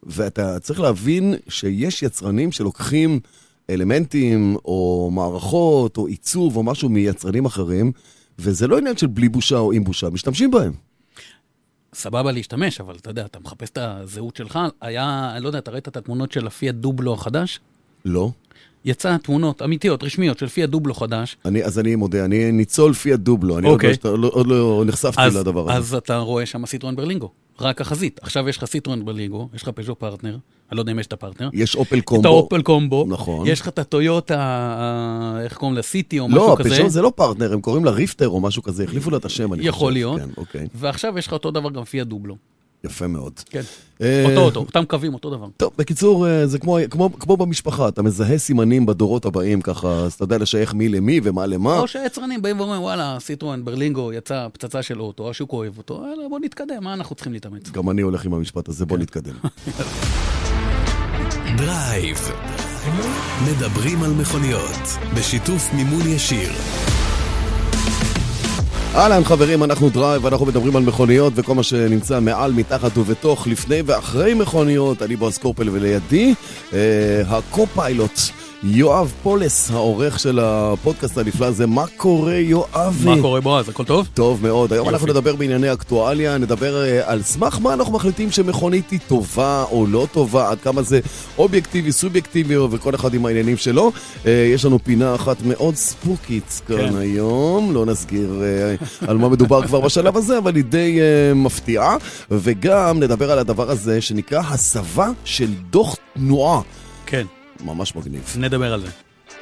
ואתה צריך להבין שיש יצרנים שלוקחים אלמנטים או מערכות או עיצוב או משהו מיצרנים אחרים, וזה לא עניין של בלי בושה או עם בושה, משתמשים בהם. סבבה להשתמש, אבל אתה יודע, אתה מחפש את הזהות שלך, היה, אני לא יודע, אתה ראית את התמונות של הפיאט דובלו החדש? לא. יצא תמונות אמיתיות, רשמיות, של פיאט דובלו חדש. אז אני מודה, אני ניצול פיאט דובלו, אני עוד לא נחשפתי לדבר הזה. אז אתה רואה שם סיטרואן ברלינגו, רק החזית. עכשיו יש לך סיטרואן ברלינגו, יש לך פז'ו פרטנר, אני לא יודע אם יש את הפרטנר. יש אופל קומבו. את האופל קומבו. נכון. יש לך את הטויוטה, איך קוראים לה, סיטי או משהו כזה. לא, פז'ו זה לא פרטנר, הם קוראים לה ריפטר או משהו כזה, החליפו לה את השם, אני חושב. יכול להיות. כן, אוקיי. ועכשיו יש לך אותו דבר גם פיאט דובלו. יפה מאוד. כן. אותו, אותם קווים, אותו דבר. טוב, בקיצור, זה כמו במשפחה, אתה מזהה סימנים בדורות הבאים, ככה, אז אתה יודע לשייך מי למי ומה למה. או שהיצרנים באים ואומרים, וואלה, סיטרואן ברלינגו יצא פצצה של אוטו, השוק אוהב אותו, בוא נתקדם, מה אנחנו צריכים להתאמץ? גם אני הולך עם המשפט הזה, בוא נתקדם. דרייב. מדברים על מכוניות, בשיתוף מימון ישיר. אהלן חברים, אנחנו דרייב, אנחנו מדברים על מכוניות וכל מה שנמצא מעל, מתחת ובתוך, לפני ואחרי מכוניות. אני בועז קורפל ולידי הקו-פיילוט יואב פולס, העורך של הפודקאסט הנפלא הזה. מה קורה יואב? מה קורה בועז? הכל טוב? טוב מאוד. היום אנחנו נדבר בענייני אקטואליה, נדבר על סמך מה אנחנו מחליטים שמכונית היא טובה או לא טובה, עד כמה זה אובייקטיבי, סובייקטיבי וכל אחד עם העניינים שלו. יש לנו פינה אחת מאוד ספוקית כאן היום, לא נסגיר על מה מדובר כבר בשלב הזה, אבל היא די מפתיעה, וגם נדבר על הדבר הזה שנקרא הסבה של דוח תנועה. כן. ממש מגניב. נדבר על זה.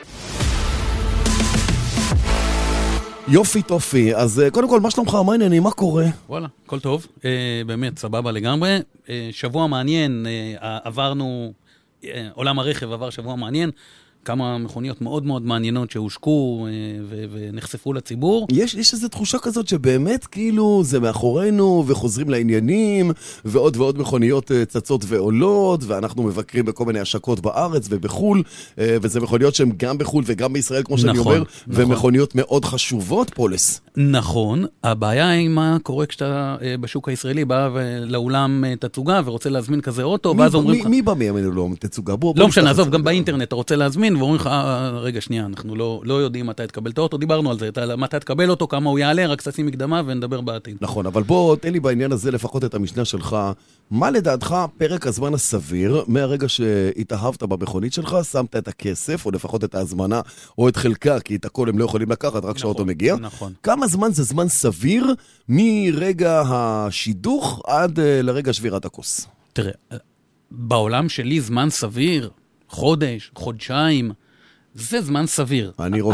יופי טופי. אז קודם כל, מה שלומך? מה העניינים? מה קורה? וואלה, הכל טוב. באמת, סבבה לגמרי. שבוע מעניין, עברנו, עולם הרכב עבר שבוע מעניין. כמה מכוניות מאוד מאוד מעניינות שהושקו ונחשפו לציבור. יש איזו תחושה כזאת שבאמת כאילו זה מאחורינו וחוזרים לעניינים, ועוד ועוד מכוניות צצות ועולות, ואנחנו מבקרים בכל מיני השקות בארץ ובחול, וזה מכוניות שהן גם בחול וגם בישראל, כמו שאני אומר, ומכוניות מאוד חשובות, פולס. נכון, הבעיה היא מה קורה כשאתה בשוק הישראלי בא לאולם תצוגה ורוצה להזמין כזה אוטו, ואז אומרים לך... מי בא מימינו לאולם תצוגה? לא משנה, עזוב, גם באינטרנט אתה רוצה להזמין, ואומרים לך, רגע, שנייה, אנחנו לא יודעים מתי תקבל את האוטו, דיברנו על זה, מתי תקבל אותו, כמה הוא יעלה, רק תשים מקדמה ונדבר בעתיד. נכון, אבל בוא, תן לי בעניין הזה לפחות את המשנה שלך. מה לדעתך פרק הזמן הסביר, מהרגע שהתאהבת במכונית שלך, שמת את הכסף, או לפחות את ההזמנה, או את חלקה, כי את הכל הם לא יכולים לקחת, רק שהאוטו מגיע. נכון. כמה זמן זה זמן סביר מרגע השידוך עד לרגע שבירת הכוס? תראה, בעולם שלי זמן סביר, חודש, חודשיים, זה זמן סביר.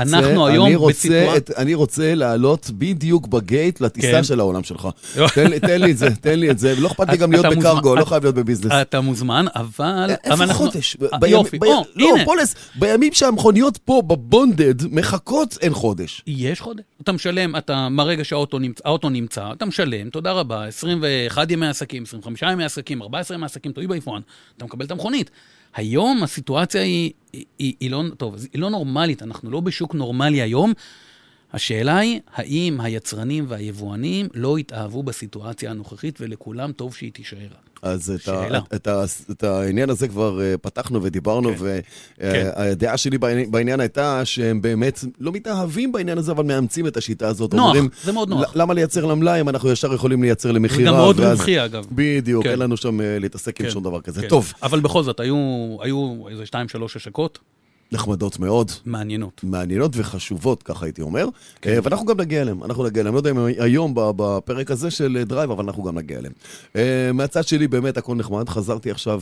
אני רוצה לעלות בדיוק בגייט לטיסה של העולם שלך. תן לי את זה. לא אכפת לי גם להיות בקרגו, לא חייב להיות בביזנס. אתה מוזמן, אבל... איפה חודש? יופי. לא, פולס, בימים שהמכוניות פה בבונדד מחכות אין חודש. יש חודש. אתה משלם, מהרגע שהאוטו נמצא, אתה משלם, תודה רבה, 21 ימי עסקים, 25 ימי עסקים, 14 ימי עסקים, תלוי באיפון, אתה מקבל את המכונית. היום הסיטואציה היא לא נורמלית, אנחנו לא בשוק נורמלי היום. השאלה היא, האם היצרנים והיבואנים לא יתאהבו בסיטואציה הנוכחית, ולכולם טוב שהיא תישאר. אז את העניין הזה כבר פתחנו ודיברנו, והדעה שלי בעניין הייתה שהם באמת לא מתאהבים בעניין הזה, אבל מאמצים את השיטה הזאת. נוח, זה מאוד נוח. למה לייצר למלאי אם אנחנו ישר יכולים לייצר למחירה? זה גם מאוד רווחי אגב. בדיוק, אין לנו שם להתעסק עם שום דבר כזה. טוב. אבל בכל זאת, היו איזה 2-3 השקות. נחמדות מאוד. מעניינות וחשובות, ככה הייתי אומר. ואנחנו גם נגיע אליהם. לא יודע אם היום בפרק הזה של דרייב, אבל אנחנו גם נגיע אליהם. מהצד שלי באמת הכל נחמד. חזרתי עכשיו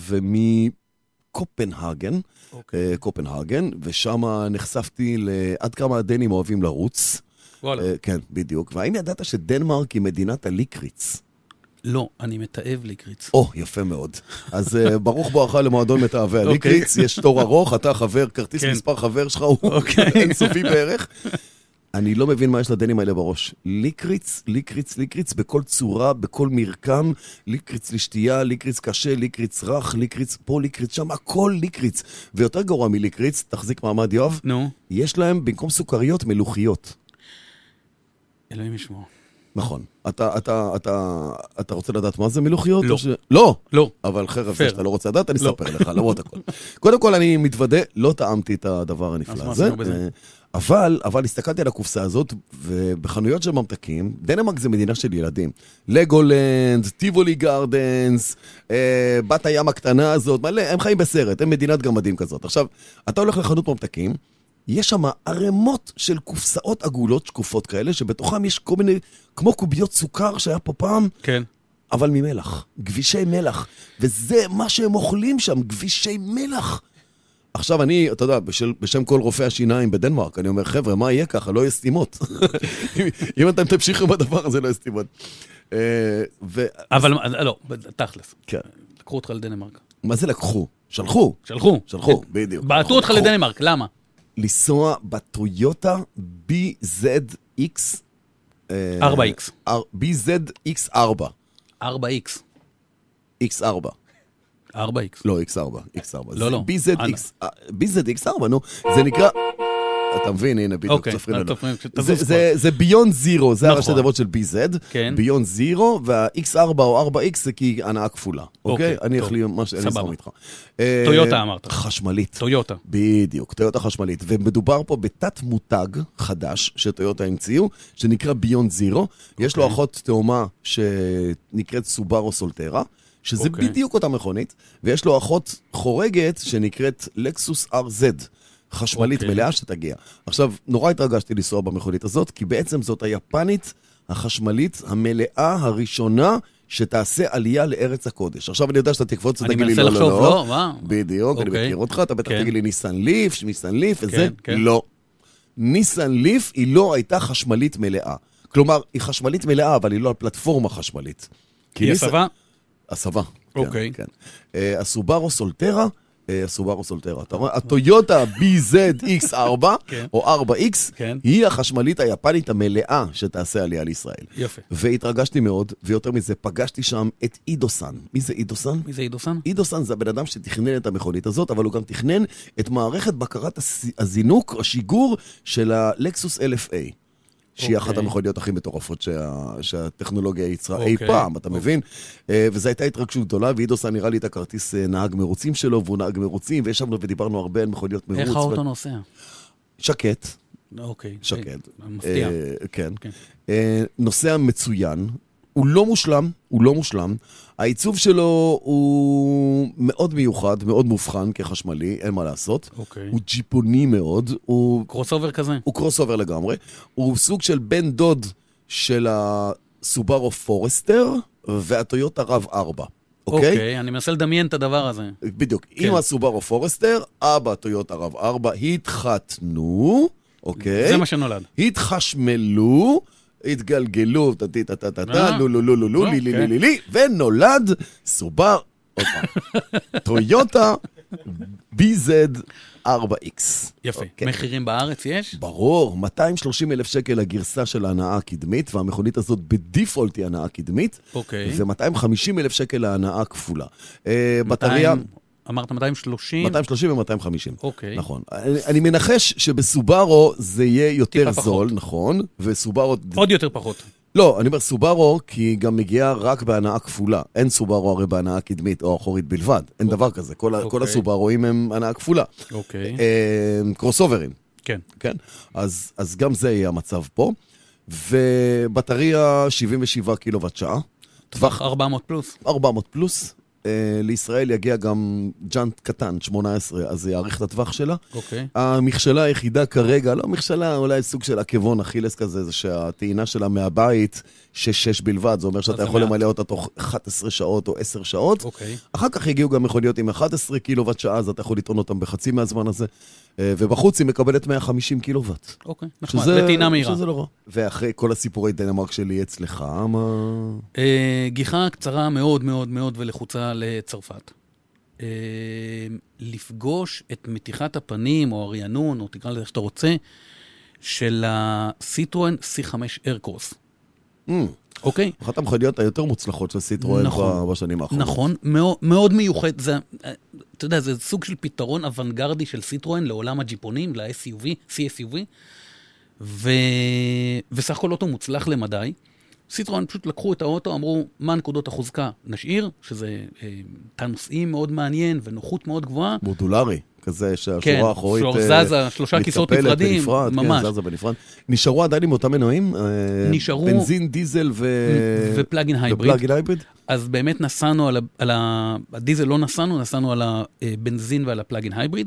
קופנהגן, ושם נחשפתי עד כמה הדנים אוהבים לרוץ. וואלה. כן, בדיוק. והאם ידעת שדנמרק היא מדינת הליקריץ? לא, אני מתאהב ליקריץ. יפה מאוד. אז ברוך בואך למועדון מתאהבי הליקריץ, יש תור ארוך, אתה חבר, כרטיס מספר חבר שלך הוא אינסופי בערך. אני לא מבין מה יש לדנים האלה בראש. ליקריץ בכל צורה, בכל מרקם, ליקריץ לשתייה, ליקריץ קשה, ליקריץ רך, ליקריץ פה, ליקריץ שם, הכל ליקריץ. ויותר גרוע מליקריץ, תחזיק מעמד יואב, יש להם במקום סוכריות מלוכיות. אלוהים ישמור. נכון. אתה רוצה לדעת מה זה מילוכיות? לא. לא. לא. אבל חרב פייר. שאתה לא רוצה לדעת, אני אספר לך, למרות הכל. קודם כל, אני מתוודה, לא טעמתי את הדבר הנפלא הזה. אבל הסתכלתי על הקופסה הזאת, ובחנויות של ממתקים, דנמרק זה מדינה של ילדים. לגולנד, טיבולי גרדנס, בת הים הקטנה הזאת, מלא, הם חיים בסרט, הם מדינת גמדים כזאת. עכשיו, אתה הולך לחנות ממתקים, יש שם ערימות של קופסאות עגולות שקופות כאלה, שבתוכם יש כל מיני, כמו קוביות סוכר שהיה פה פעם, כן. אבל ממלח, גבישי מלח, וזה מה שהם אוכלים שם, גבישי מלח. עכשיו אני, אתה יודע, בשם כל רופאי השיניים בדנמרק, אני אומר, חבר'ה, מה יהיה ככה? לא יהיה סתימות. אם אתם תמשיכו בדבר הזה, לא יהיה סתימות. אבל, לא, תכלס. כן. לקחו אותך לדנמרק. מה זה לקחו? שלחו. שלחו, בדיוק. בעטו אותך לדנמרק, למה? לנסוע בטויוטה BZX 4X. BZX4. 4X. X4. 4X. לא, X4. לא. BZX4, נו. זה נקרא... אתה מבין, הנה, בדיוק צופרים לנו. זה ביונד זירו, זה הראשי תיבות של BZ, ביונד זירו, וה-X4 או 4X זה כי הנאה כפולה. אוקיי? אני אחלי מה שאני אסמם איתך. טויוטה אמרת. חשמלית. טויוטה. בדיוק, טויוטה חשמלית. ומדובר פה בתת מותג חדש שטויוטה המציאו, שנקרא ביונד זירו. יש לו אחות תאומה שנקראת סובארו סולטרה, שזה בדיוק אותה מכונית, ויש לו אחות חורגת שנקראת לקסוס RZ. חשמלית מלאה שתגיע. עכשיו, נורא התרגשתי לנסוע במכונית הזאת, כי בעצם זאת היפנית החשמלית המלאה הראשונה שתעשה עלייה לארץ הקודש. עכשיו אני יודע שאתה תקפוץ, אתה תגיד לי לא, לא, לא. בדיוק, אני מכיר אותך, אתה בטח תגיד לי ניסן ליף, וזה, לא. ניסן ליף היא לא הייתה חשמלית מלאה. כלומר, היא חשמלית מלאה, אבל היא לא על פלטפורמה חשמלית. היא הסבה? הסבה, אוקיי. כן. הסובארו סולטרה, אתה רואה? הטויוטה BZX4 או 4X היא החשמלית היפנית המלאה שתעשה עלייה לישראל. יפה. והתרגשתי מאוד, ויותר מזה פגשתי שם את אידוסן. מי זה אידוסן? אידוסן זה הבן אדם שתכנן את המכונית הזאת, אבל הוא גם תכנן את מערכת בקרת הזינוק, השיגור של הלקסוס 1000A. שהיא אחת המכוניות הכי מטורפות שהטכנולוגיה ייצרה אי פעם, אתה מבין? וזו הייתה התרגשות גדולה, ואידוסן נראה לי את הכרטיס נהג מרוצים שלו, והוא נהג מרוצים, וישבנו ודיברנו הרבה על מכוניות מרוץ. איך האוטו נוסע? שקט. אוקיי. שקט. מפתיע. כן. נוסע מצוין. הוא לא מושלם. העיצוב שלו הוא מאוד מיוחד, מאוד מובחן כחשמלי, אין מה לעשות. הוא ג'יפוני מאוד. הוא קרוסובר כזה? הוא קרוסובר לגמרי. הוא סוג של בן דוד של הסובארו פורסטר והטויוטה רב 4. אוקיי, אני מנסה לדמיין את הדבר הזה. בדיוק. עם הסובארו פורסטר, אבא טויוטה רב 4, התחתנו, אוקיי? זה מה שנולד. התחשמלו, התגלגלו, ונולד סובר, טויוטה BZ4X. יפה. מחירים בארץ יש? ברור, 230,000 שקל הגרסה של ההנאה הקדמית, והמכונית הזאת בדיפולט היא הנאה קדמית, ו-250,000 שקל ההנאה הכפולה. בטריה... אמרת 230? 230 ו-250. אוקיי. נכון. אני מנחש שבסובארו זה יהיה יותר זול, נכון, וסובארו... עוד יותר פחות. לא, אני אומר סובארו, כי גם מגיעה רק בהנאה כפולה. אין סובארו הרי בהנאה קדמית או אחורית בלבד. אין דבר כזה. כל הסובארוים הם הנאה כפולה. אוקיי. קרוסוברים. כן. כן? אז גם זה יהיה המצב פה. ובטריה 77 קילוואט שעה. טווח 400 פלוס. 400 פלוס. לישראל יגיע גם ג'אנט קטן, 18, אז זה יאריך את הטווח שלה. אוקיי. המכשלה היחידה כרגע, לא מכשלה, אולי סוג של עקבון אכילס כזה, זה שהטעינה שלה מהבית 6-6 בלבד, זה אומר שאתה יכול למלא אותה תוך 11 שעות או 10 שעות. אוקיי. אחר כך הגיעו גם מכוניות עם 11 קילוואט שעה, אז אתה יכול לטעון אותם בחצי מהזמן הזה. ובחוץ היא מקבלת 150 קילוואט. אוקיי, נחמד, זה טעינה מהירה. שזה לא רע. ואחרי כל הסיפורי דנמרק שלי אצלך, מה... גיחה קצרה מאוד מאוד מאוד ולחוצה לצרפת. לפגוש את מתיחת הפנים, או הרענון, או תקרא לזה איך שאתה רוצה, של הסיטרואן C5 איירקרוס. אוקיי? אחת המכוניות היותר מוצלחות של סיטרואן בשנים האחרונות. נכון, מאוד מיוחד. אתה יודע, זה סוג של פתרון אוונגרדי של סיטרואן לעולם הג'יפונים, ל-SUV, CSUV, וסך הכל אוטו מוצלח למדי. סיטרואן פשוט לקחו את האוטו, אמרו, מה נקודות החוזקה? נשאיר, שזה תא נוסעים מאוד מעניין ונוחות מאוד גבוהה. מודולרי, כזה שהשורה האחורית זזה, 3 כיסאות נפרדים, ממש. כן, זזה בנפרד. נשארו עדיין עם אותם מנועים? נשארו... בנזין, דיזל ופלאגין הייבריד. אז באמת נסענו על הדיזל לא נסענו על הבנזין ועל הפלאגין הייבריד.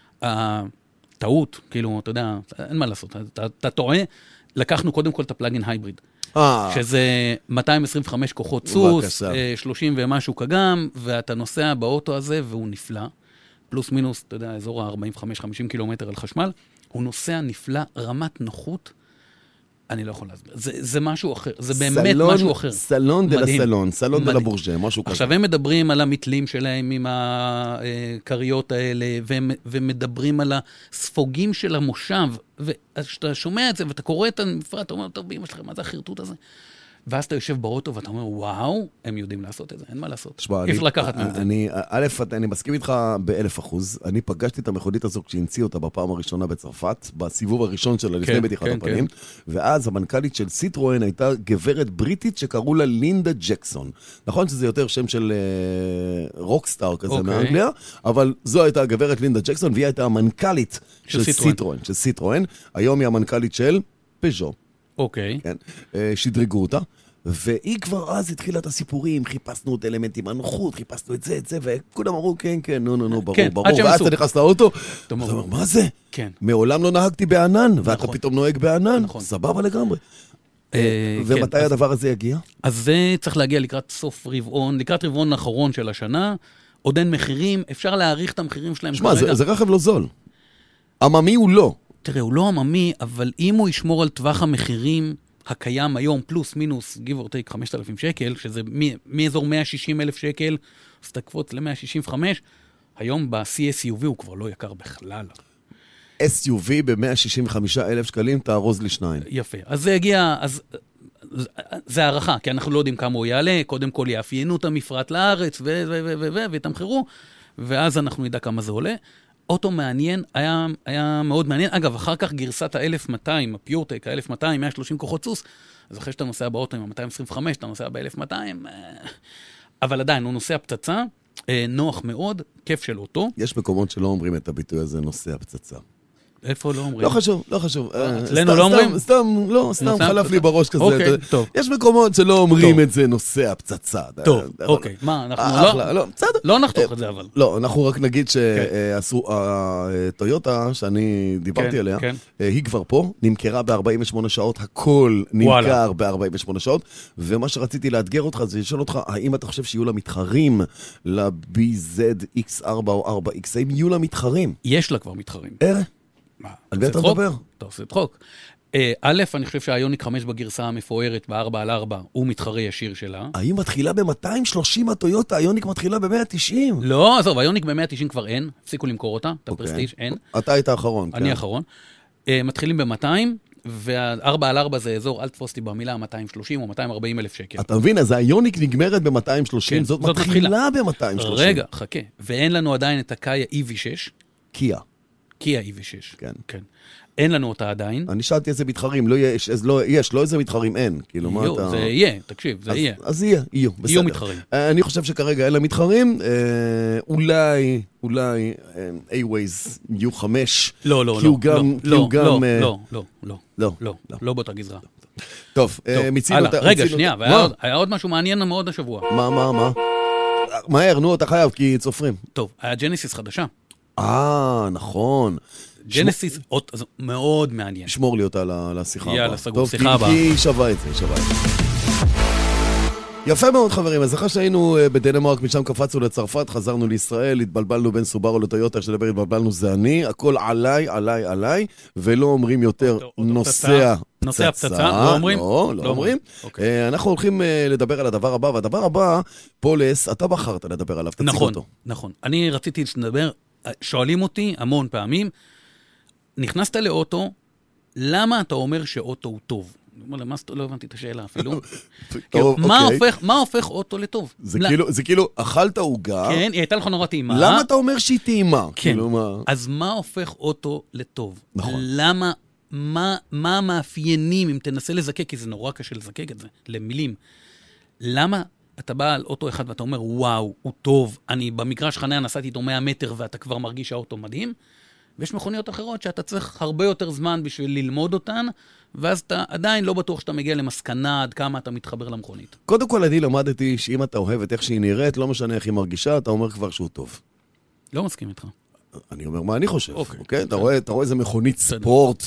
הטעות, כאילו, אתה יודע, אין מה לעשות, אתה טועה, לקחנו קודם כל את הפלאגין הייבריד. שזה 225 כוחות סוס, 30 ומשהו כגם, ואתה נוסע באוטו הזה והוא נפלא. פלוס מינוס, אתה יודע, אזור ה-45-50 קילומטר על חשמל. הוא נוסע נפלא, רמת נוחות. אני לא יכול להסביר. זה משהו אחר, זה באמת משהו אחר. סלון דה לסלון, סלון דה לבורג'ה, משהו כזה. עכשיו, הם מדברים על המתלים שלהם עם הקריות האלה, ומדברים על הספוגים של המושב, וכשאתה שומע את זה, ואתה קורא את המפרט, אתה אומר, טוב, באמא שלכם, מה זה החרטוט הזה? ואז אתה יושב באוטו ואתה אומר, וואו, הם יודעים לעשות את זה, אין מה לעשות. אי אפשר לקחת מהם. אני מסכים איתך ב1,000%. אני פגשתי את המכונית הזו כשהמציא אותה בפעם הראשונה בצרפת, בסיבוב הראשון שלה לפני מתיחת הפנים, ואז המנכ"לית של סיטרואן הייתה גברת בריטית שקראו לה לינדה ג'קסון. נכון שזה יותר שם של רוקסטאר כזה מאנגליה, אבל זו הייתה הגברת לינדה ג'קסון, והיא הייתה המנכ"לית של סיטרואן. היום היא המנכ"לית של פז'ו. אוקיי. כן, שדרגו אותה, והיא כבר אז התחילה את הסיפורים, חיפשנו את אלמנטים הנוחות, חיפשנו את זה, וכולם אמרו, כן, נו, ברור, ואז אתה נכנס לאוטו, אתה אומר, מה זה? מעולם לא נהגתי בענן, ואתה פתאום נוהג בענן, סבבה לגמרי. ומתי הדבר הזה יגיע? אז זה צריך להגיע לקראת סוף רבעון, לקראת רבעון האחרון של השנה, עוד אין מחירים, אפשר להעריך את המחירים שלהם. שמע, זה רכב לא זול. עממי הוא לא. תראה, הוא לא עממי, אבל אם הוא ישמור על טווח המחירים הקיים היום, פלוס מינוס, give or take 5,000 שקל, שזה מאזור 160,000 שקל, אז תקפוץ ל-165, היום ב-CSUV הוא כבר לא יקר בכלל. SUV ב-165,000 שקלים, תארוז לי 2. יפה. אז זה יגיע, זה הערכה, כי אנחנו לא יודעים כמה הוא יעלה, קודם כל יאפיינו את המפרט לארץ, ותמחרו, ואז אנחנו נדע כמה זה עולה. אוטו מעניין, היה מאוד מעניין. אגב, אחר כך גרסת ה-1200, הפיורטק, ה-1200, 130 כוחות סוס, אז אחרי שאתה נוסע באוטו עם ה-225, אתה נוסע ב-1200, אבל עדיין, הוא נוסע פצצה, נוח מאוד, כיף של אוטו. יש מקומות שלא אומרים את הביטוי הזה, נוסע פצצה. איפה לא אומרים? לא חשוב. אצלנו לא אומרים? סתם חלף לי בראש כזה. אוקיי, טוב. יש מקומות שלא אומרים את זה, נוסע פצצה. טוב, אוקיי. מה, אנחנו לא נחתוך את זה, אבל. לא, אנחנו רק נגיד שהטויוטה, שאני דיברתי עליה, היא כבר פה, נמכרה ב-48 שעות, הכל נמכר ב-48 שעות, ומה שרציתי לאתגר אותך, זה לשאול אותך, האם אתה חושב שיהיו לה מתחרים ל-BZ X4 או 4X, האם יהיו לה מתחרים? יש לה כבר מתחרים. על מי אתה מדבר? אתה עושה צחוק. א', אני חושב שהיוניק 5 בגרסה המפוארת, ב-4x4, הוא מתחרה ישיר שלה. האם מתחילה ב-230 הטויוטה, היוניק מתחילה ב-190? לא, עזוב, היוניק ב-190 כבר אין, הפסיקו למכור אותה, את הפרסטיג' אין. אתה היית האחרון. אני האחרון. מתחילים ב-200, וה-4x4 זה אזור, אל תפוס אותי במילה, 230 או 240 אלף שקל. אתה מבין, אז היוניק נגמרת ב-230, זאת מתחילה ב-230. רגע, חכה. ואין לנו עדיין את הקאיה EV6. קיה EV6. כן. אין לנו אותה עדיין. אני שאלתי איזה מתחרים, לא יש, לא איזה מתחרים, אין. כאילו, מה אתה... זה יהיה, תקשיב, זה יהיה. אז יהיו, בסדר. יהיו מתחרים. אני חושב שכרגע אין לה מתחרים, אולי, A-Waze, U5. לא, לא באותה גזרה. טוב, מיצינו... רגע, שנייה, היה עוד משהו מעניין מאוד השבוע. מה? מהר, נו, אתה חייב, כי צופרים. טוב, היה ג'נסיס חדשה. נכון. ג'נסיס מאוד מעניין. שמור לי אותה לשיחה הבאה. יאללה, סגור, שיחה הבאה. כי שווה את זה. יפה מאוד חברים, אז אחרי שהיינו בדנמרק, משם קפצנו לצרפת, חזרנו לישראל, התבלבלנו בין סובארו לטויוטה, שדבר התבלבלנו זה אני, הכל עליי, ולא אומרים יותר נוסע פצצה. לא אומרים? לא אומרים. אנחנו הולכים לדבר על הדבר הבא, והדבר הבא, פולס, אתה בחרת לדבר עליו, תציג אותו. נכון. אני רציתי לדבר, שואלים אותי המון פעמים, נכנסת לאוטו, למה אתה אומר שאוטו הוא טוב? לא הבנתי את השאלה אפילו. מה הופך אוטו לטוב? זה כאילו, אכלת עוגה. כן, היא הייתה לך נורא טעימה. למה אתה אומר שהיא טעימה? כן, אז מה הופך אוטו לטוב? נכון. למה, מה המאפיינים, אם תנסה לזקק, כי זה נורא קשה לזקק את זה, למילים. למה אתה בא על אוטו אחד ואתה אומר, וואו, הוא טוב, אני במגרש חניה נסעתי איתו 100 מטר ואתה כבר מרגיש שהאוטו מדהים, ויש מכוניות אחרות שאתה צריך הרבה יותר זמן בשביל ללמוד אותן, ואז אתה עדיין לא בטוח שאתה מגיע למסקנה עד כמה אתה מתחבר למכונית. קודם כל, אני למדתי שאם אתה אוהב את איך שהיא נראית, לא משנה איך היא מרגישה, אתה אומר כבר שהוא טוב. לא מסכים איתך. אני אומר מה אני חושב, אוקיי? אתה רואה איזה מכונית בסדר. ספורט,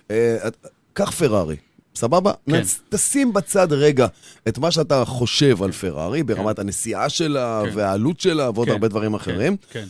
קח פרארי, סבבה? כן. תשים בצד רגע את מה שאתה חושב על פרארי, ברמת הנסיעה שלה כן. והעלות שלה ועוד כן. הרבה דברים אחרים. כן.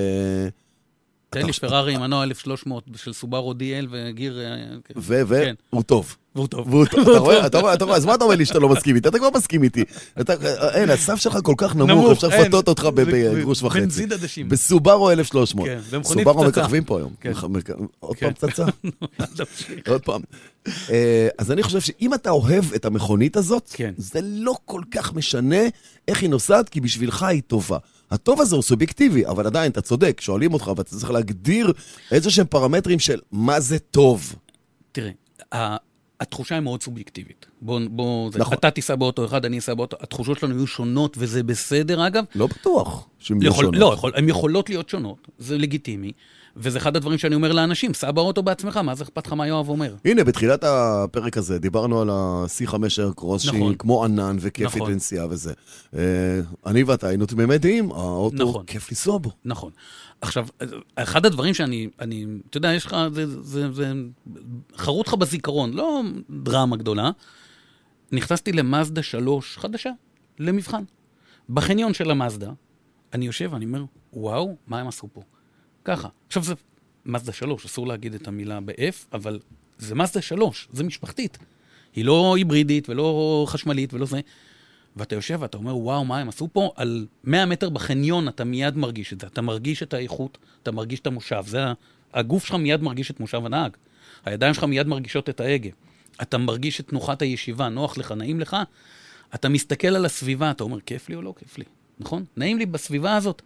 תן לי פרארי עם מנוע 1300 של סובארו DL וגיר... כן. והוא טוב. והוא טוב. אתה רואה, אז מה אתה אומר לי שאתה לא מסכים איתי? אתה כבר מסכים איתי. אין, הסף שלך כל כך נמוך, אפשר לפתות אותך בגרוש וחצי. בנזיד עדשים. בסובארו 1300. כן, במכונית סובארו פצצה. מככבים פה היום. כן. עוד פעם פצצה. תמשיך. עוד פעם. אז אני חושב שאם אתה אוהב את המכונית הזאת, כן. זה לא כל כך משנה איך היא נוסעת, כי בשבילך היא טובה. הטוב הזה הוא סובייקטיבי, אבל עדיין אתה צודק, שואלים אותך, ואתה צריך להגדיר איזה שהם פרמטרים של מה זה טוב. תראה, התחושה היא מאוד סובייקטיבית. נכון. אתה תיסע באוטו אחד, אני אסע באוטו, התחושות שלנו יהיו שונות, וזה בסדר אגב. לא בטוח שהן יהיו שונות. לא, הן יכולות להיות שונות, זה לגיטימי, וזה אחד הדברים שאני אומר לאנשים, סע באוטו בעצמך, מה זה אכפת לך מה יואב אומר? הנה, בתחילת הפרק הזה דיברנו על ה-C5 Aircross, שהיא נכון. כמו ענן וכיפית נכון. לנסיעה וזה. אני ואתה היינו תמימי דעים, האוטו נכון. כיף לנסוע בו. נכון. עכשיו, אחד הדברים שאני, אתה יודע, יש לך, זה חרוט לך בזיכרון, לא דרמה גדולה. נכנסתי למאזדה 3 חדשה, למבחן. בחניון של המאזדה, אני יושב ואני אומר, וואו, מה הם עשו פה? ככה. עכשיו זה מאזדה 3, אסור להגיד את המילה ב-F, אבל זה מאזדה 3, זה משפחתית. היא לא היברידית ולא חשמלית ולא זה. ואתה יושב ואתה אומר, וואו, מה הם עשו פה? על 100 מטר בחניון אתה מיד מרגיש את זה. אתה מרגיש את האיכות, אתה מרגיש את המושב. הגוף שלך מיד מרגיש את מושב הנהג. הידיים שלך מיד מרגישות את ההגה. אתה מרגיש את תנוחת הישיבה, נוח לך, נעים לך. אתה מסתכל על הסביבה, אתה אומר, כיף לי או לא כיף לי? נכון? נעים לי בסביבה הזאת.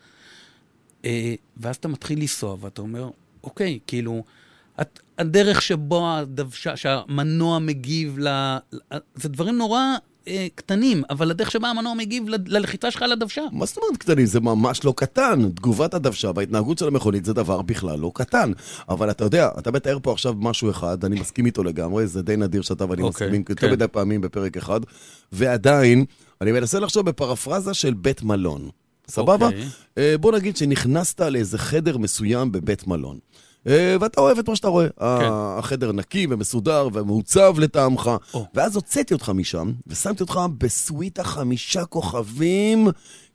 ואז אתה מתחיל לנסוע, ואתה אומר, אוקיי, כאילו, הדרך שבו שהמנוע מגיב, זה דברים נורא קטנים, אבל הדרך שבה המנוע מגיב ללחיצה שלך על הדוושה. מה זאת אומרת קטנים? זה ממש לא קטן. תגובת הדוושה בהתנהגות של המכונית זה דבר בכלל לא קטן. אבל אתה יודע, אתה מתאר פה עכשיו משהו אחד, אני מסכים איתו לגמרי, זה די נדיר שאתה ואני מסכימים יותר מדי פעמים בפרק אחד, ועדיין, אני מנסה לחשוב בפרפרזה של בית מלון. סבבה? בוא נגיד שנכנסת לאיזה חדר מסוים בבית מלון. ואתה אוהב את מה שאתה רואה. החדר נקי ומסודר ומעוצב לטעמך. ואז הוצאתי אותך משם, ושמתי אותך בסוויטה 5 כוכבים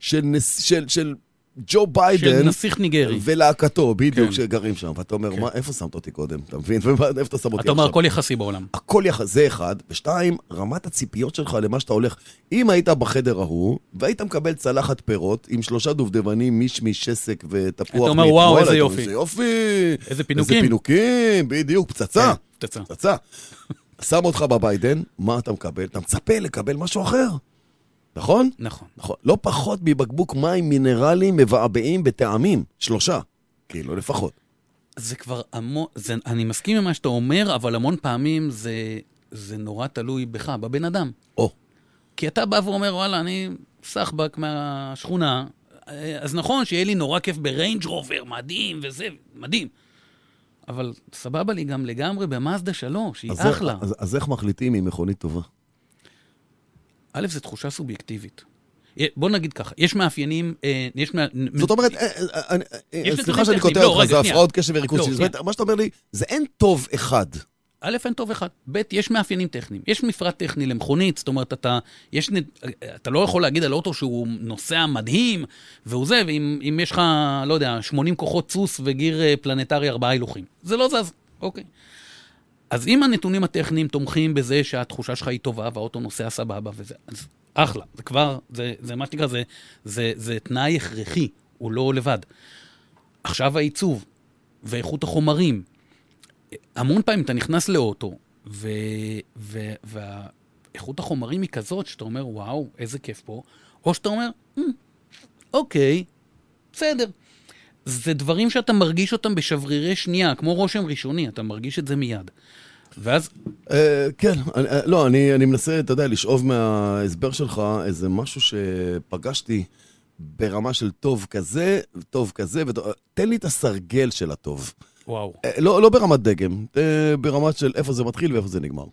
של ג'ו ביידן. של נסיך ניגרי. ולהקתו, בדיוק, שגרים שם. ואתה אומר, איפה שמת אותי קודם? אתה מבין? ואיפה אתה שם אותי עכשיו? אתה אומר, הכל יחסי בעולם. הכל יחסי, זה אחד. ושתיים, רמת הציפיות שלך למה שאתה הולך. אם היית בחדר ההוא, והיית מקבל צלחת פירות, עם 3 דובדבנים, מישמיש, שסק ותפוח. אתה אומר, וואו, איזה יופי. איזה יופי. איזה פינוקים. איזה פינוקים, בדיוק, פצצה. פצצה. פצצה. שם אותך בביידן, מה אתה מקבל? אתה מצפה לקבל משהו אחר. נכון? נכון. נכון. לא פחות מבקבוק מים מינרליים מבעבעים בטעמים. 3. כאילו, לפחות. זה כבר המון, אני מסכים עם מה שאתה אומר, אבל המון פעמים זה נורא תלוי בך, בבן אדם. כי אתה בא ואומר, וואלה, אני סחבק מהשכונה, אז נכון שיהיה לי נורא כיף בריינג' רובר, מדהים וזה, מדהים. אבל סבבה לי גם לגמרי במאזדה 3, היא אחלה. אז איך מחליטים עם מכונית טובה? א', זו תחושה סובייקטיבית. בוא נגיד ככה, יש מאפיינים... זאת אומרת, סליחה שאני כותב אותך, זה הפרעות קשב וריכוז. מה שאתה אומר לי, זה אין טוב אחד. א', אין טוב אחד. ב', יש מאפיינים טכניים. יש מפרט טכני למכונית, זאת אומרת, אתה לא יכול להגיד על אוטו שהוא נוסע מדהים, והוא זה, ואם יש לך, לא יודע, 80 כוחות סוס וגיר פלנטרי 4 הילוכים. זה לא זז, אוקיי. אז אם הנתונים הטכניים תומכים בזה שהתחושה שלך היא טובה, והאוטו נוסע סבבה וזה, אז אחלה. זה כבר, זה מה שנקרא, זה תנאי הכרחי, הוא לא לבד. עכשיו העיצוב ואיכות החומרים, המון פעמים אתה נכנס לאוטו, ואיכות החומרים היא כזאת, שאתה אומר, וואו, איזה כיף פה, או שאתה אומר, אוקיי, בסדר. זה דברים שאתה מרגיש אותם בשברירי שנייה, כמו רושם ראשוני, אתה מרגיש את זה מיד. ואז... כן, לא, אני מנסה, אתה יודע, לשאוב מההסבר שלך איזה משהו שפגשתי ברמה של טוב כזה, תן לי את הסרגל של הטוב. וואו. לא ברמת דגם, ברמת של איפה זה מתחיל ואיפה זה נגמר.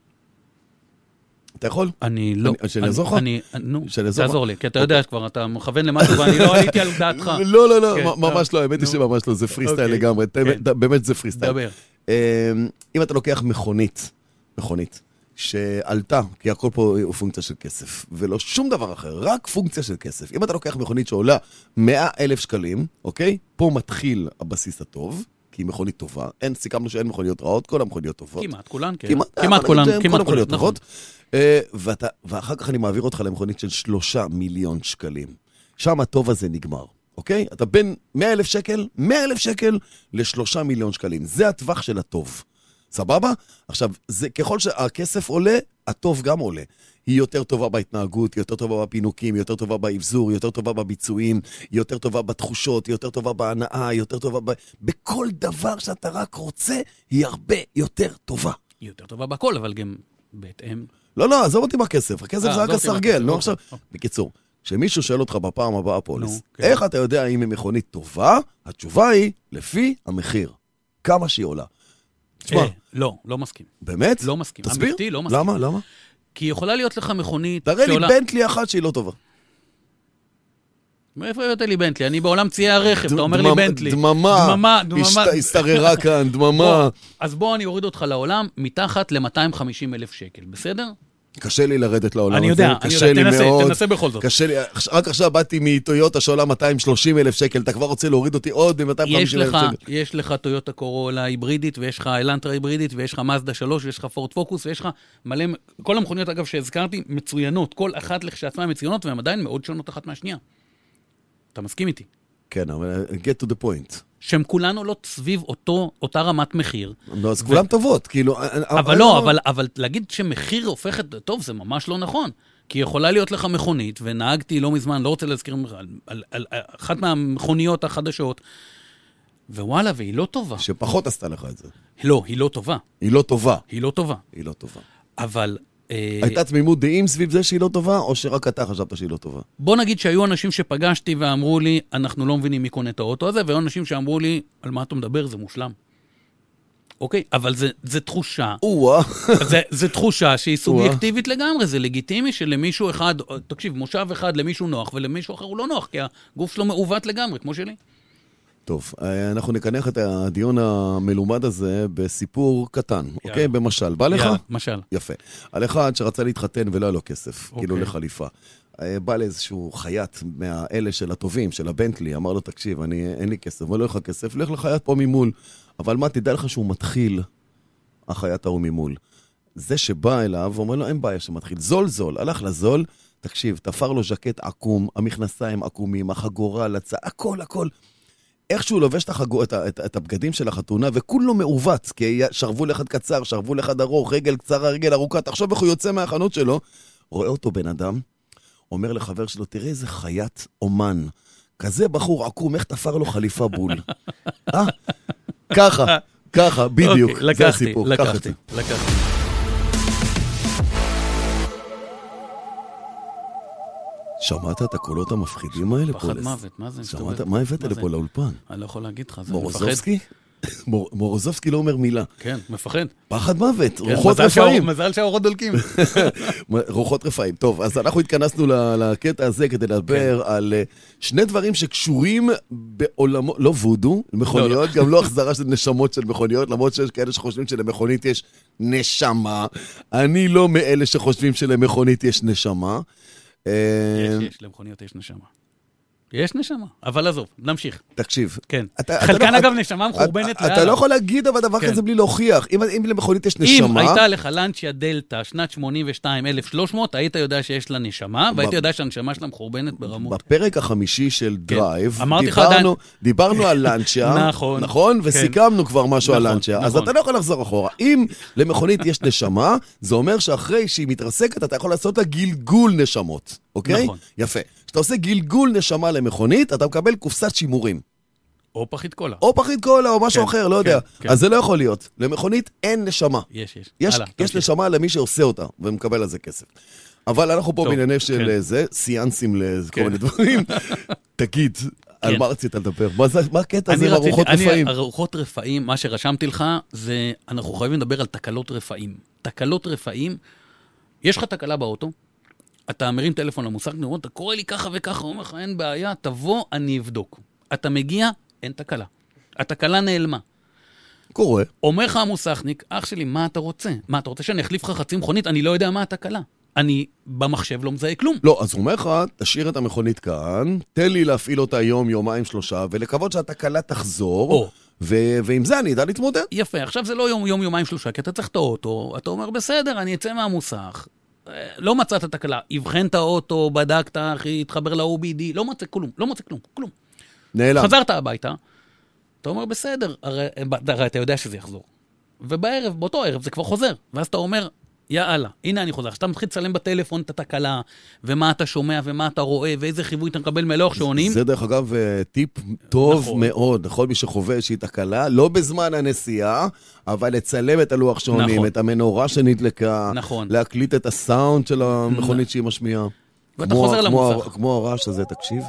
אתה יכול? אני לא... שאני אעזור לך? נו, תעזור לי, כי אתה יודע כבר, אתה מכוון למשהו ואני לא עליתי על דעתך. לא, ממש לא, האמת היא שממש לא, זה פריסטייל לגמרי, באמת זה פריסטייל. דבר. אם אתה לוקח מכונית, שעלתה, כי הכל פה הוא פונקציה של כסף, ולא שום דבר אחר, רק פונקציה של כסף. אם אתה לוקח מכונית שעולה 100,000 שקלים, אוקיי? פה מתחיל הבסיס הטוב, כי היא מכונית טובה. סיכמנו שאין מכוניות רעות, כל המכוניות טובות. כמעט כולן, כן. כמעט כולן, נכון. ואחר כך אני מעביר אותך למכונית של 3 מיליון שקלים. שם הטוב הזה נגמר, אוקיי? אתה בין 100,000 שקל ל3 מיליון שקלים. זה הטווח של הטוב. סבבה? עכשיו, ככל שהכסף עולה, הטוב גם עולה. היא יותר טובה בהתנהגות, היא יותר טובה בפינוקים, היא יותר טובה באבזור, היא יותר טובה בביצועים, היא יותר טובה בתחושות, היא יותר טובה בהנאה, היא יותר טובה בכל דבר שאתה רק רוצה, היא הרבה יותר טובה. היא יותר טובה בכל, אבל גם בהתאם. לא, עזוב אותי בכסף. הכסף זה רק הסרגל. לא עכשיו... בקיצור, כשמישהו שואל אותך בפעם הבאה פוליס, איך אתה יודע אם היא מכונית טובה? התשובה היא לפי המחיר. כמה שהיא עולה. תשמע. לא מסכים. באמת? לא מסכים. תסביר. אמיתי, לא מסכים. למה? כי יכולה להיות לך מכונית תראה לי בנטלי אחת שהיא לא טובה. מאיפה הבאת לי בנטלי? אני בעולם ציי הרכב, אתה אומר לי בנטלי. דממה. השתררה כאן, דממה. אז בוא אני אוריד אותך לעולם מתחת ל-250,000 שקל, בסדר? קשה לי לרדת לעולם הזה. אני יודע, תנסה בכל זאת. קשה לי, רק עכשיו באתי מטויוטה שעולה 230,000 שקל, אתה כבר רוצה להוריד אותי עוד ב-250,000 שקל. יש לך טויוטה קורולה היברידית, ויש לך אלנטרה היברידית, ויש לך מזדה 3, ויש לך פורד פוקוס, ויש לך מלא, כל המכוניות אגב שהזכרתי מצוינות, כל אחת לכשעצמה מצוינות, והן עדיין מאוד שונות אחת מהשנייה. אתה מסכים איתי? כן, אבל get to the point. שהם כולנו לא סביב אותה רמת מחיר. לא, אז כולם טובות, כאילו... אבל להגיד שמחיר הופך את... טוב, זה ממש לא נכון. כי יכולה להיות לך מכונית, ונהגתי לא מזמן, לא רוצה להזכיר על אחת מהמכוניות החדשות, ווואלה, והיא לא טובה. שפחות עשתה לך את זה. לא, היא לא טובה. היא לא טובה. היא לא טובה. היא לא טובה. אבל... הייתה תמימות דעים סביב זה שהיא לא טובה, או שרק אתה חשבת שהיא לא טובה? בוא נגיד שהיו אנשים שפגשתי ואמרו לי, אנחנו לא מבינים מי קונה את האוטו הזה, והיו אנשים שאמרו לי, על מה אתה מדבר, זה מושלם. אוקיי? אבל זה תחושה. זה תחושה שהיא סובייקטיבית לגמרי, זה לגיטימי שלמישהו אחד, תקשיב, מושב אחד למישהו נוח, ולמישהו אחר הוא לא נוח, כי הגוף שלו מעוות לגמרי, כמו שלי. טוב, אנחנו נקנח את הדיון המלומד הזה בסיפור קטן, אוקיי? במשל. בא לך? משל. יפה. על אחד שרצה להתחתן ולא היה לו כסף, כאילו לחליפה. בא לאיזשהו חייט מהאלה של הטובים, של הבנטלי, אמר לו, תקשיב, אין לי כסף, ולא לך כסף, לך לחייט פה ממול. אבל מה, תדע לך שהוא מתחיל, החייט ההוא ממול. זה שבא אליו, אומר לו, אין בעיה שמתחיל. זול, הלך לזול, תקשיב, תפר לו ז'קט עקום, המכנסיים עקומים, החגורה, לצה, הכל. איך שהוא לובש את הבגדים של החתונה, וכולו מעוות, כי שרבו לאחד קצר, שרבו לאחד ארוך, רגל קצרה, רגל ארוכה, תחשוב איך הוא יוצא מהחנות שלו, רואה אותו בן אדם, אומר לחבר שלו, תראה איזה חיית אומן, כזה בחור עקום, איך תפר לו חליפה בול. ככה, בדיוק, זה הסיפור. לקחתי. שמעת את הקולות המפחידים האלה? פחד מוות, מה זה? שמעת, מה הבאת לפה לאולפן? אני לא יכול להגיד לך, זה מורוזובסקי? מורוזובסקי לא אומר מילה. כן, מפחד. פחד מוות, רוחות רפאים. מזל שהאורות דולקים. רוחות רפאים. טוב, אז אנחנו התכנסנו לקטע הזה כדי לדבר על שני דברים שקשורים בעולמו, לא וודו, מכוניות, גם לא החזרה של נשמות של מכוניות, למרות שיש כאלה שחושבים שלמכונית יש נשמה. אני לא מאלה שחושבים שלמכונית יש נשמה. יש, למכוניות יש נשמה. יש נשמה, אבל עזוב, נמשיך. תקשיב. כן. חלקן אגב נשמה מחורבנת לאללה. אתה לא יכול להגיד אבל דבר כזה בלי להוכיח. אם למכונית יש נשמה... אם הייתה לך לנצ'יה דלטה, שנת 82,300, היית יודע שיש לה נשמה, והיית יודע שהנשמה שלה מחורבנת ברמות. בפרק החמישי של דרייב, דיברנו על לנצ'יה, נכון? וסיכמנו כבר משהו על לנצ'יה. אז אתה לא יכול לחזור אחורה. אם למכונית יש נשמה, זה אומר שאחרי שהיא מתרסקת, אתה יכול לעשות לה גלגול נשמות. אוקיי? יפה. כשאתה עושה גלגול נשמה למכונית, אתה מקבל קופסת שימורים. או פחית קולה. או פחית קולה, או משהו אחר, לא יודע. כן. אז זה לא יכול להיות. למכונית אין נשמה. יש נשמה למי שעושה אותה, ומקבל על זה כסף. אבל אנחנו פה בענייני של זה, סיאנסים לכל מיני דברים. תגיד, על מה רצית לדבר? מה הקטע הזה עם ארוחות רפאים? ארוחות רפאים, מה שרשמתי לך, זה, אנחנו חייבים לדבר על תקלות רפאים. תקלות רפאים, יש לך תקלה באוטו, אתה מרים טלפון למוסך, אתה קורא לי ככה וככה, אומר לך, אין בעיה, תבוא, אני אבדוק. אתה מגיע, אין תקלה. התקלה נעלמה. קורה. אומר לך המוסכניק, אח שלי, מה אתה רוצה? מה, אתה רוצה שאני אחליף לך חצי מכונית? אני לא יודע מה התקלה. אני במחשב לא מזהה כלום. לא, אז הוא אומר לך, תשאיר את המכונית כאן, תן לי להפעיל אותה יום, יומיים, 3, ולקוות שהתקלה תחזור, ועם זה אני אדע להתמודד. יפה, עכשיו זה לא יום, יומיים, 3, כי אתה צריך את האוטו, אתה אומר, בסדר, אני אצא מהמוסך, לא מצאת תקלה, הבחן את האוטו, בדקת, אחי, התחבר ל-OBD, לא מצא כלום. נעלם. חזרת הביתה, אתה אומר, בסדר, הרי אתה יודע שזה יחזור. ובערב, באותו ערב, זה כבר חוזר. ואז אתה אומר, יאללה, הנה אני חוזר. שאתה מתחיל לצלם בטלפון את התקלה, ומה אתה שומע, ומה אתה רואה, ואיזה חיווי אתה מקבל מלוח שעונים. זה דרך אגב טיפ טוב מאוד, לכל מי שחווה איזושהי תקלה, לא בזמן הנסיעה, אבל לצלם את הלוח שעונים, את המנורה שנדלקה, להקליט את הסאונד של המכונית שהיא משמיעה. ואתה חוזר למוסך. כמו הרעש הזה, תקשיב.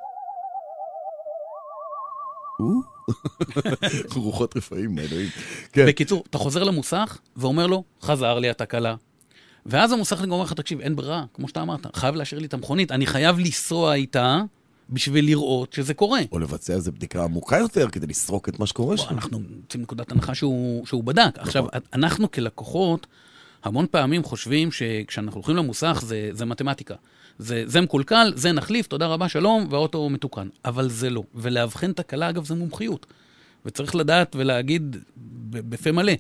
רוחות רפאים, מדהים. בקיצור, אתה חוזר למוסך ואומר לו, חזר לי התקלה. ואז המוסך אומר לך, תקשיב, אין ברירה, כמו שאתה אמרת, חייב להשאיר לי את המכונית, אני חייב לנסוע איתה בשביל לראות שזה קורה. או לבצע איזו בדיקה עמוקה יותר כדי לסרוק את מה שקורה שם. אנחנו יוצאים נקודת הנחה שהוא בדק. עכשיו, אנחנו כלקוחות, המון פעמים חושבים שכשאנחנו הולכים למוסך זה מתמטיקה. זה מקולקל, זה נחליף, תודה רבה, שלום, והאוטו מתוקן. אבל זה לא. ולהבחן תקלה, אגב, זה מומחיות. וצריך לדעת ולהגיד בפה מלא,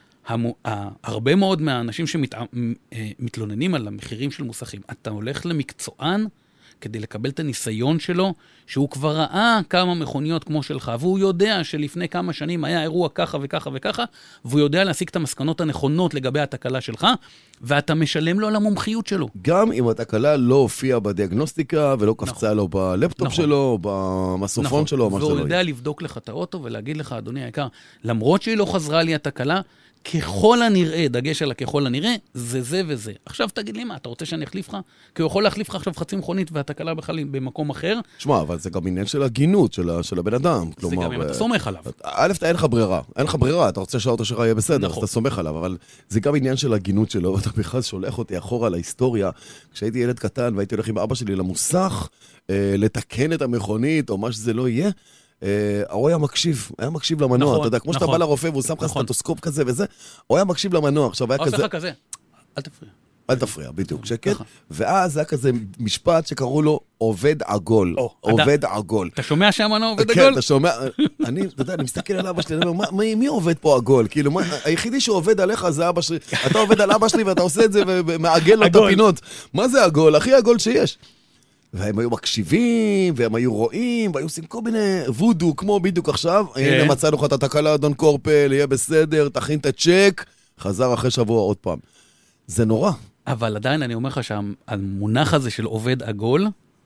הרבה מאוד מהאנשים שמתלוננים על המחירים של מוסכים, אתה הולך למקצוען כדי לקבל את הניסיון שלו, שהוא כבר ראה כמה מכוניות כמו שלך, והוא יודע שלפני כמה שנים היה אירוע ככה וככה וככה, והוא יודע להשיג את המסקנות הנכונות לגבי התקלה שלך, ואתה משלם לו על המומחיות שלו. גם אם התקלה לא הופיעה בדיאגנוסטיקה, ולא קפצה לו בלפטופ שלו, או במסופון שלו, או מה שלא יהיה. והוא יודע לבדוק לך את האוטו, ולהגיד לך, אדוני היקר, למרות שהיא לא חזרה לי התקלה, ככל הנראה, דגש על הככל הנראה, זה וזה. עכשיו תגיד לי מה, אתה רוצה שאני אחליף לך? כי הוא יכול להחליף לך עכשיו חצי מכונית והתקלה בכלל במקום אחר. שמע, אבל זה גם עניין של הגינות של הבן אדם. זה גם אם אתה סומך עליו. א', אין לך ברירה, אתה רוצה שהאוטו שלך יהיה בסדר, אז אתה סומך עליו, אבל זה גם עניין של הגינות שלו, ואתה בכלל שולח אותי אחורה להיסטוריה. כשהייתי ילד קטן והייתי הולך עם אבא שלי למוסך, לתקן את המכונית או מה שזה לא יהיה, הוא היה מקשיב למנוע, אתה יודע, כמו שאתה בא לרופא והוא שם לך סטטוסקופ כזה וזה, הוא היה מקשיב למנוע, עכשיו היה כזה... כזה, אל תפריע. אל תפריע, בדיוק, שקט. ואז היה כזה משפט שקראו לו עובד עגול. עובד עגול. אתה שומע שהמנוע עובד עגול? כן, אתה שומע, אני מסתכל על אבא שלי, אני אומר, מי עובד פה עגול? כאילו, היחידי שעובד עליך זה אבא שלי, אתה עובד על אבא שלי ואתה עושה את זה ומעגל לו את הפינות. מה זה עגול? הכי עגול שיש. והם היו מקשיבים, והם היו רואים, והיו עושים כל מיני וודו, כמו בדיוק עכשיו, הנה מצאנו לך את התקלה, אדון קורפל, יהיה בסדר, תכין את הצ'ק, חזר אחרי שבוע עוד פעם. זה נורא. אבל עדיין אני אומר לך שהמונח הזה של עובד עגול,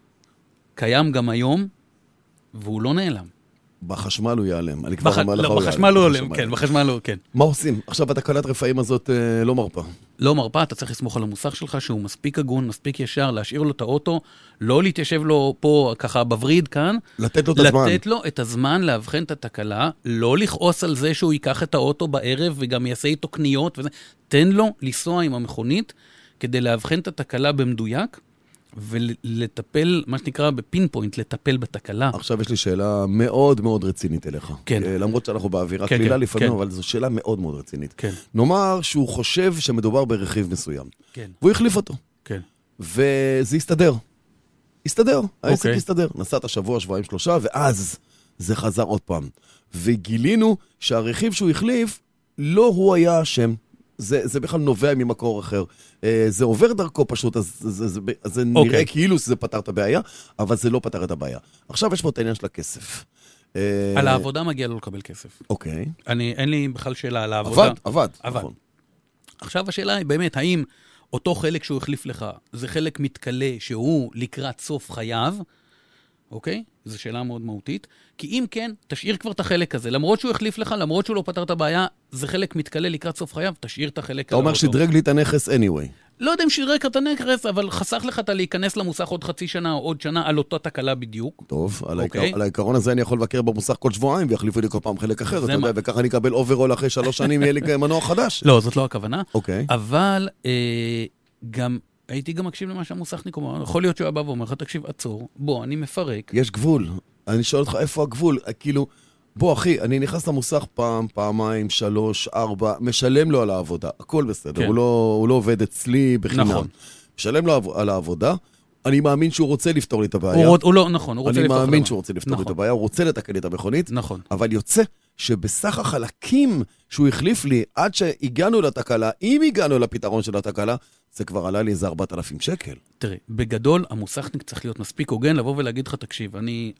קיים גם היום, והוא לא נעלם. בחשמל הוא ייעלם. אני כבר אומר לך הוא ייעלם. בחשמל הוא ייעלם, כן, בחשמל הוא, כן. מה עושים? עכשיו התקלת רפאים הזאת לא מרפה. לא מרפה, אתה צריך לסמוך על המוסך שלך, שהוא מספיק הגון, מספיק ישר, להשאיר לו את האוטו, לא להתיישב לו פה ככה בווריד כאן. לתת לו את הזמן. לתת לו את הזמן להבחן את התקלה, לא לכעוס על זה שהוא ייקח את האוטו בערב וגם יעשה איתו קניות וזה. תן לו לנסוע עם המכונית כדי להבחן את התקלה במדויק, ולטפל, מה שנקרא בפינפוינט, לטפל בתקלה. עכשיו יש לי שאלה מאוד מאוד רצינית אליך. כן. למרות שאנחנו באווירה קלילה לפעמים, אבל זו שאלה מאוד מאוד רצינית. כן. נאמר שהוא חושב שמדובר ברכיב מסוים. כן. והוא החליף אותו. כן. וזה יסתדר. יסתדר. העסק יסתדר. נסעת שבוע, שבועיים, 3, ואז זה חזר עוד פעם. וגילינו שהרכיב שהוא החליף, לא הוא היה השם. זה בכלל נובע ממקור אחר. זה עובר דרכו פשוט, אז זה נראה כאילו שזה פתר את הבעיה, אבל זה לא פתר את הבעיה. עכשיו יש פה את העניין של הכסף. על העבודה מגיע לו לקבל כסף. אוקיי. אין לי בכלל שאלה על העבודה. עבד. עכשיו השאלה היא באמת, האם אותו חלק שהוא החליף לך, זה חלק מתקלה שהוא לקראת סוף חייו, אוקיי? זו שאלה מאוד מהותית. כי אם כן, תשאיר כבר את החלק הזה. למרות שהוא החליף לך, למרות שהוא לא פתר את הבעיה, זה חלק מתקלה לקראת סוף חייו, תשאיר את החלק אתה אומר שדרג לי את הנכס anyway. לא יודע אם שדרג את הנכס, אבל חסך לך את להיכנס למוסך עוד חצי שנה או עוד שנה על אותה תקלה בדיוק. טוב, על העיקרון הזה אני יכול לבקר במוסך כל שבועיים, ויחליפו לי כל פעם חלק אחר, אתה יודע, וככה אני אקבל אוברול אחרי 3 שנים, יהיה לי מנוע חדש. לא, זאת לא הכוונה. אוקיי. אבל גם... הייתי גם מקשיב למה שהמוסכניק אומר, יכול להיות שהוא בא ואומר לך, תקשיב, עצור, בוא, אני מפרק. יש גבול. אני שואל אותך, איפה הגבול? כאילו, בוא, אחי, אני נכנס למוסך פעם, פעמיים, 3, 4, משלם לו על העבודה, הכל בסדר, כן. הוא לא עובד אצלי בחינם. נכון. משלם לו על העבודה, אני מאמין שהוא רוצה לפתור לי את הבעיה. הוא לא, נכון, הוא רוצה לפתור את הבעיה. אני מאמין שהוא רוצה לפתור לי את הבעיה, הוא רוצה לתקן לי את המכונית. נכון. אבל יוצא שבסך החלקים שהוא החליף לי, עד שהגענו לתקלה, אם הגענו לפתרון של התקלה, זה כבר עלה לי איזה 4,000 שקל. תראה, בגדול, המוסכניק צריך להיות מספיק הוגן, לבוא ולהגיד לך, תקשיב,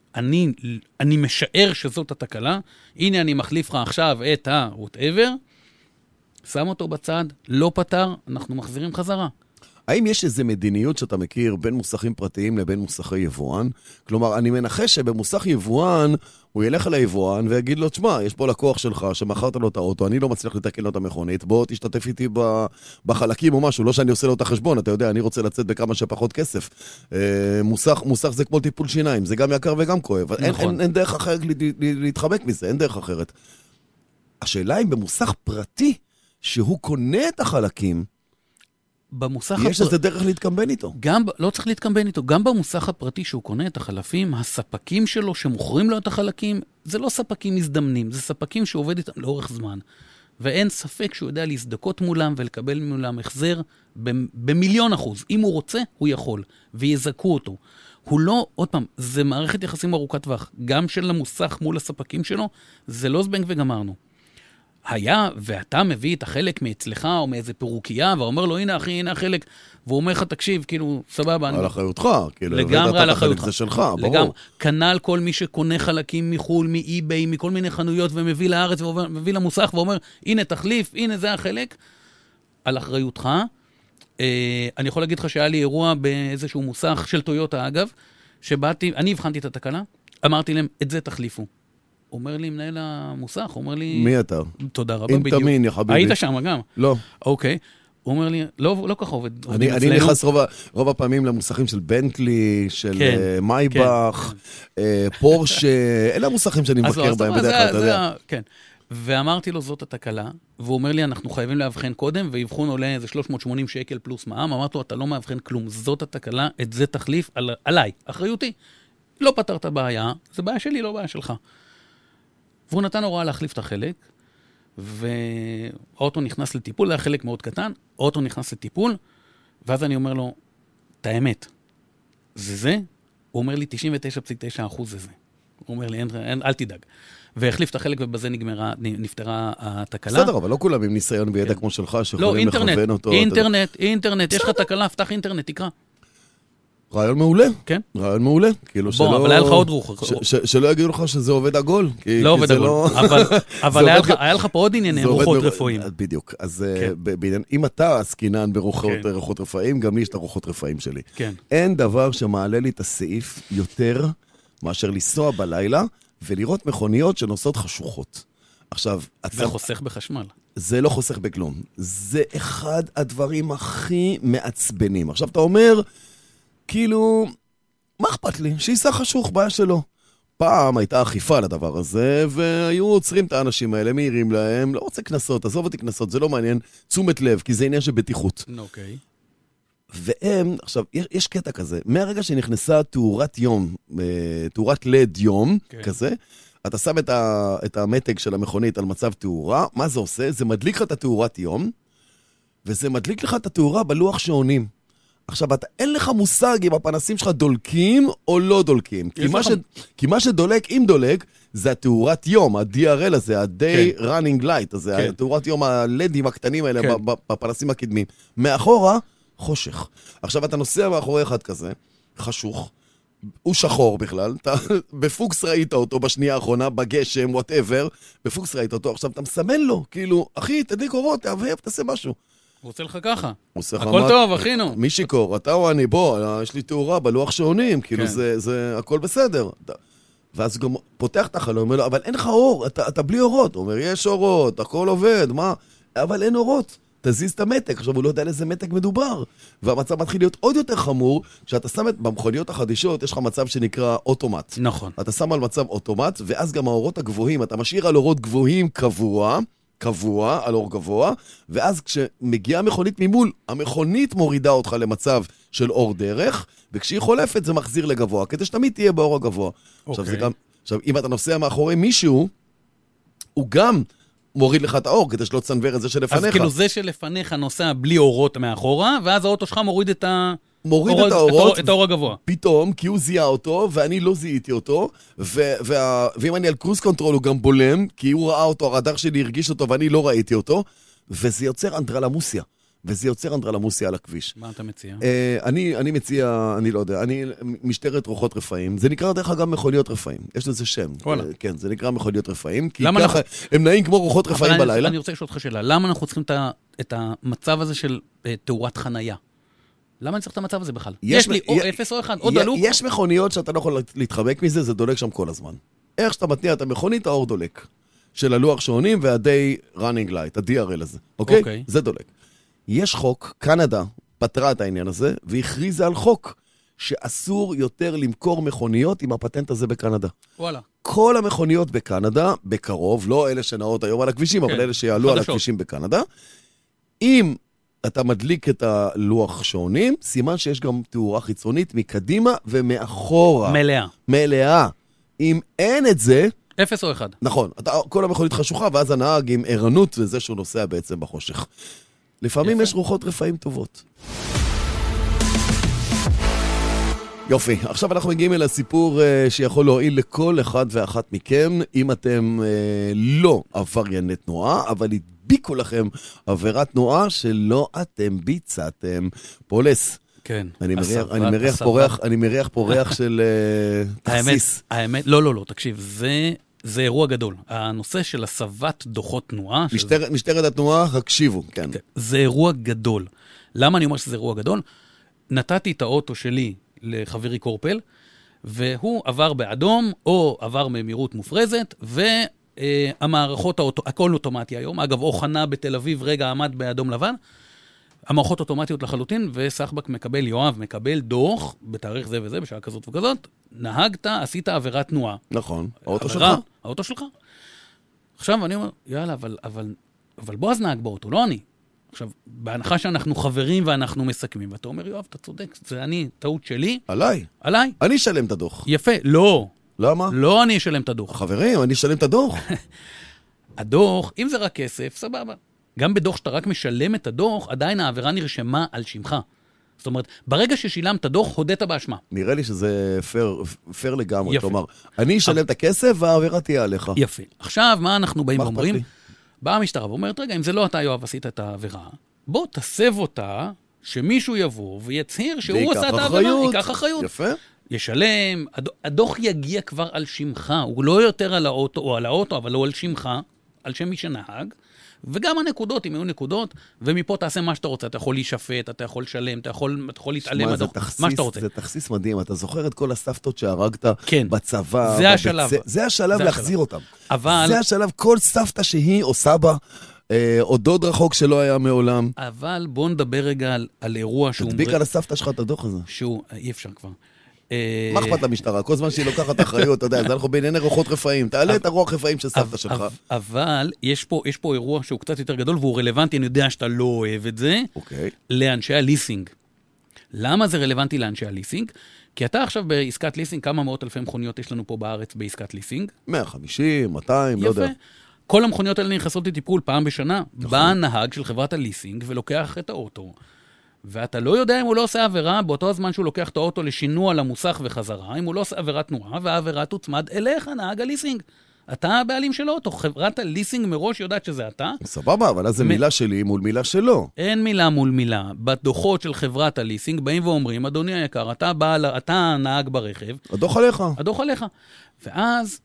אני משער שזאת התקלה, הנה אני מחליף לך עכשיו את ה-whatever, שם אותו בצד, לא פתר, אנחנו מחזירים חזרה. האם יש איזו מדיניות שאתה מכיר בין מוסכים פרטיים לבין מוסכי יבואן? כלומר, אני מנחש שבמוסך יבואן, הוא ילך ליבואן ויגיד לו, תשמע, יש פה לקוח שלך שמכרת לו את האוטו, אני לא מצליח לתקן לו את המכונית, בוא תשתתף איתי בחלקים או משהו, לא שאני עושה לו את החשבון, אתה יודע, אני רוצה לצאת בכמה שפחות כסף. מוסך זה כמו טיפול שיניים, זה גם יקר וגם כואב. נכון. אין דרך אחרת להתחבק מזה, אין דרך אחרת. השאלה היא במוסך פרטי, שהוא קונה את החלקים, יש איזה דרך להתקמבן איתו. לא צריך להתקמבן איתו. גם במוסך הפרטי שהוא קונה את החלפים, הספקים שלו שמוכרים לו את החלקים, זה לא ספקים מזדמנים, זה ספקים שעובד איתם לאורך זמן. ואין ספק שהוא יודע להזדקות מולם ולקבל מולם החזר ב1,000,000%. אם הוא רוצה, הוא יכול, ויזכו אותו. הוא לא, עוד פעם, זה מערכת יחסים ארוכת טווח. גם של המוסך מול הספקים שלו, זה לא זבנג וגמרנו. היה, ואתה מביא את החלק מאצלך או מאיזה פירוקייה, ואומר לו, הנה אחי, הנה החלק, והוא אומר לך, תקשיב, כאילו, סבבה. על אחריותך, כאילו, לגמרי על אחריותך. זה שלך, ברור. כנ"ל כל מי שקונה חלקים מחול, מאי-ביי, מכל מיני חנויות, ומביא לארץ, ומביא למוסך, ואומר, הנה תחליף, הנה זה החלק, על אחריותך. אני יכול להגיד לך שהיה לי אירוע באיזשהו מוסך של טויוטה, אגב, שבאתי, אני הבחנתי את התקלה, אמרתי להם, את זה תחליפו. אומר לי מנהל המוסך, אומר לי... מי אתה? תודה רבה, בדיוק. תמין, יא חביבי. היית שם גם? לא. אוקיי. הוא אומר לי, לא ככה עובד. אני נכנס רוב הפעמים למוסכים של בנטלי, של מייבך, פורשה, אלה המוסכים שאני מבקר בהם בדרך כלל, אתה יודע. כן. ואמרתי לו, זאת התקלה, והוא אומר לי, אנחנו חייבים להבחן קודם, ואבחון עולה איזה 380 שקל פלוס מע"מ, אמרתי לו, אתה לא מאבחן כלום, זאת התקלה, את זה תחליף עליי, אחריותי. לא פתרת בעיה, זה בעיה שלי, לא בעיה שלך. והוא נתן הוראה להחליף את החלק, והאוטו נכנס לטיפול, זה היה חלק מאוד קטן, האוטו נכנס לטיפול, ואז אני אומר לו, את האמת, זה? הוא אומר לי, 99.9% זה. הוא אומר לי, אל תדאג. והחליף את החלק, ובזה נפטרה התקלה. בסדר, אבל לא כולם עם ניסיון בידע כמו שלך, שיכולים לכוון אותו. אינטרנט, יש לך תקלה, פתח אינטרנט, תקרא. רעיון מעולה. כן. רעיון מעולה. בוא, אבל היה לך עוד רוח. שלא יגידו לך שזה עובד עגול. לא עובד עגול. אבל היה לך פה עוד ענייני רוחות רפואיים. בדיוק. אז אם אתה עסקינן ברוחות רפאים, גם לי יש את הרוחות רפאים שלי. אין דבר שמעלה לי את הסעיף יותר מאשר לנסוע בלילה, ולראות מכוניות שנוסעות חשוכות. עכשיו, זה חוסך בחשמל. זה לא חוסך בכלום. זה אחד הדברים הכי מעצבנים. עכשיו, אתה אומר, כאילו, מה אכפת לי? שיסע חשוך, בעיה שלו. פעם הייתה אכיפה לדבר הזה, והיו עוצרים את האנשים האלה, מהירים להם, לא רוצה כנסות, עזוב אותי כנסות, זה לא מעניין, תשומת לב, כי זה עניין של בטיחות. אוקיי. והם, עכשיו, יש קטע כזה, מהרגע שנכנסה תאורת יום, תאורת לד יום, כזה, אתה שם את המתג של המכונית על מצב תאורה, מה זה עושה? זה מדליק לך את התאורת יום, וזה מדליק לך את התאורה בלוח שעונים. עכשיו, אין לך מושג אם הפנסים שלך דולקים או לא דולקים. כי מה שדולק, אם דולק, זה התאורת יום, ה-DRL הזה, ה-Day Running Light הזה, התאורת יום הלדים הקטנים האלה בפנסים הקדמים. מאחורה, חושך. עכשיו, אתה נוסע מאחורי אחד כזה, חשוך, הוא שחור בכלל, בפוקס ראית אותו בשנייה האחרונה, בגשם, whatever, בפוקס ראית אותו, עכשיו אתה מסמן לו, כאילו, אחי, תדליק אורות, תעבב, תעשה משהו. הוא עושה לך ככה. עושה לך הכל מה- טוב, אחינו. מי שיקור? אתה או אני? בוא, יש לי תאורה בלוח שעונים, כאילו כן. זה הכל בסדר. ואז גם פותח את החלום, אומר לו, אבל אין לך אור, אתה בלי אורות. הוא אומר, יש אורות, הכל עובד, מה? אבל אין אורות. תזיז את המתק. עכשיו, הוא לא יודע על איזה מתק מדובר. והמצב מתחיל להיות עוד יותר חמור, כשאתה שם במכוניות החדישות, יש לך מצב שנקרא אוטומט. נכון. אתה שם על מצב אוטומט, ואז גם האורות הגבוהים, אתה משאיר על אורות גבוהים קבוע, על אור גבוה, ואז כשמגיעה מכונית ממול, המכונית מורידה אותך למצב של אור דרך, וכשהיא חולפת זה מחזיר לגבוה, כדי שתמיד תהיה באור הגבוה. עכשיו, זה גם, עכשיו, אם אתה נוסע מאחורי מישהו, הוא גם מוריד לך את האור, כדי שלא תסנבר את זה שלפניך. אז כאילו זה שלפניך נוסע בלי אורות מאחורה, ואז האוטו שלך מוריד את מוריד את האורות, את האור הגבוה. פתאום, כי הוא זיהה אותו, ואני לא זיהיתי אותו, ואם אני על קרוס קונטרול הוא גם בולם, כי הוא ראה אותו, הרדאר שלי הרגיש אותו, ואני לא ראיתי אותו, וזה יוצר אנדרלמוסיה. על הכביש. מה אתה מציע? אני מציע, אני לא יודע, אני משטרת רוחות רפאים. זה נקרא דרך אגב מכוניות רפאים. יש לזה שם. וואלה. כן, זה נקרא מכוניות רפאים, כי למה ככה הם נעים כמו רוחות רפאים בלילה. אני רוצה לשאול אותך שאלה. למה אנחנו צריכים את המצב הזה של תאורת חנייה? למה אני צריך את המצב הזה בכלל? יש לי או 0 או 1, או דלוק. יש מכוניות שאתה לא יכול להתחבק מזה, זה דולק שם כל הזמן. איך שאתה מתניע את המכונית, האור דולק. של הלוח שעונים וה-day running light, ה-DRL הזה. אוקיי? זה דולק. יש חוק, קנדה פתרה את העניין הזה, והכריזה על חוק שאסור יותר למכור מכוניות עם הפטנט הזה בקנדה. וואלה. כל המכוניות בקנדה, בקרוב, לא אלה שנעות היום על הכבישים, אבל אלה שיעלו על הכבישים בקנדה, אם אתה מדליק את הלוח שעונים, סימן שיש גם תאורה חיצונית מקדימה ומאחורה. מלאה. אם אין את זה... 0 או 1. נכון. כל המכונית חשוכה, ואז הנהג עם ערנות, וזה שהוא נוסע בעצם בחושך. לפעמים יש רוחות רפאים טובות. יופי, עכשיו אנחנו מגיעים אל הסיפור שיכול להועיל לכל אחד ואחת מכם, אם אתם לא עברייני תנועה, אבל הדביקו לכם עבירת תנועה שלא אתם ביצעתם. פולס. כן. אני מריח פה ריח של תכסיס. האמת, לא, תקשיב, זה אירוע גדול. הנושא של הסבת דוחות תנועה... משטרת התנועה, הקשיבו, כן. זה אירוע גדול. למה אני אומר שזה אירוע גדול? נתתי את האוטו שלי לחברי קורפל, והוא עבר באדום, או עבר במהירות מופרזת, והמערכות, הכל אוטומטי היום. אגב, או חנה בתל אביב, רגע עמד באדום לבן, המערכות אוטומטיות לחלוטין, וסחבק מקבל, יואב מקבל דוח, בתאריך זה וזה, בשעה כזאת וכזאת, נהגת, עשית עבירת תנועה. נכון, האוטו שלך. האוטו שלך. עכשיו אני אומר, יאללה, אבל בוא אז נהג באוטו, לא אני. עכשיו, בהנחה שאנחנו חברים ואנחנו מסכמים, ואתה אומר, יואב, אתה צודק, זה אני, טעות שלי. עליי. אני אשלם את הדוח. יפה, לא. למה? לא אני אשלם את הדוח. חברים, אני אשלם את הדוח. הדוח, אם זה רק כסף, סבבה. גם בדוח שאתה רק משלם את הדוח, עדיין העבירה נרשמה על שמך. זאת אומרת, ברגע ששילמת דוח, הודית באשמה. נראה לי שזה פייר לגמרי. כלומר, אני אשלם את הכסף והעבירה תהיה עליך. יפה. עכשיו, מה אנחנו באים ואומרים? באה המשטרה ואומרת, רגע, אם זה לא אתה, יואב, עשית את העבירה, בוא תסב אותה, שמישהו יבוא ויצהיר שהוא עשה את העבירה, ייקח אחריות. יפה. ישלם, הדוח יגיע כבר על שמך, הוא לא יותר על האוטו, או על האוטו, אבל לא על שמך, על שם מי שנהג, וגם הנקודות, אם יהיו נקודות, ומפה תעשה מה שאתה רוצה, אתה יכול להישפט, אתה יכול לשלם, אתה יכול להתעלם מהדוח, מה שאתה רוצה. זה תכסיס מדהים, אתה זוכר את כל הסבתות שהרגת כן. בצבא. זה השלב. זה השלב להחזיר אותם. אבל... זה השלב, כל סבתא שהיא או סבא, או דוד רחוק שלא היה מעולם. אבל בוא נדבר רגע על אירוע שהוא... תדביק על הסבתא שלך את הדוח הזה. שהוא, אי אפשר כבר. מה אכפת למשטרה? כל זמן שהיא לוקחת אחריות, אתה יודע, זה אנחנו בענייני רוחות רפאים. תעלה את הרוח רפאים של סבתא שלך. אבל יש פה אירוע שהוא קצת יותר גדול, והוא רלוונטי, אני יודע שאתה לא אוהב את זה, לאנשי הליסינג. למה זה רלוונטי לאנשי הליסינג? כי אתה עכשיו בעסקת ליסינג, כמה מאות אלפי מכוניות יש לנו פה בארץ בעסקת ליסינג? 150, 200, לא יודע. כל המכוניות האלה נכנסות לטיפול פעם בשנה. בא נהג של חברת הליסינג ולוקח את האוטו. ואתה לא יודע אם הוא לא עושה עבירה, באותו הזמן שהוא לוקח את האוטו לשינוע למוסך וחזרה, אם הוא לא עושה עבירת תנועה, והעבירה תוצמד אליך, נהג הליסינג. אתה הבעלים של האוטו, חברת הליסינג מראש יודעת שזה אתה. סבבה, אבל אז זה מילה שלי מול מילה שלו. אין מילה מול מילה. בדוחות של חברת הליסינג באים ואומרים, אדוני היקר, אתה נהג ברכב. הדוח עליך. הדוח עליך. ואז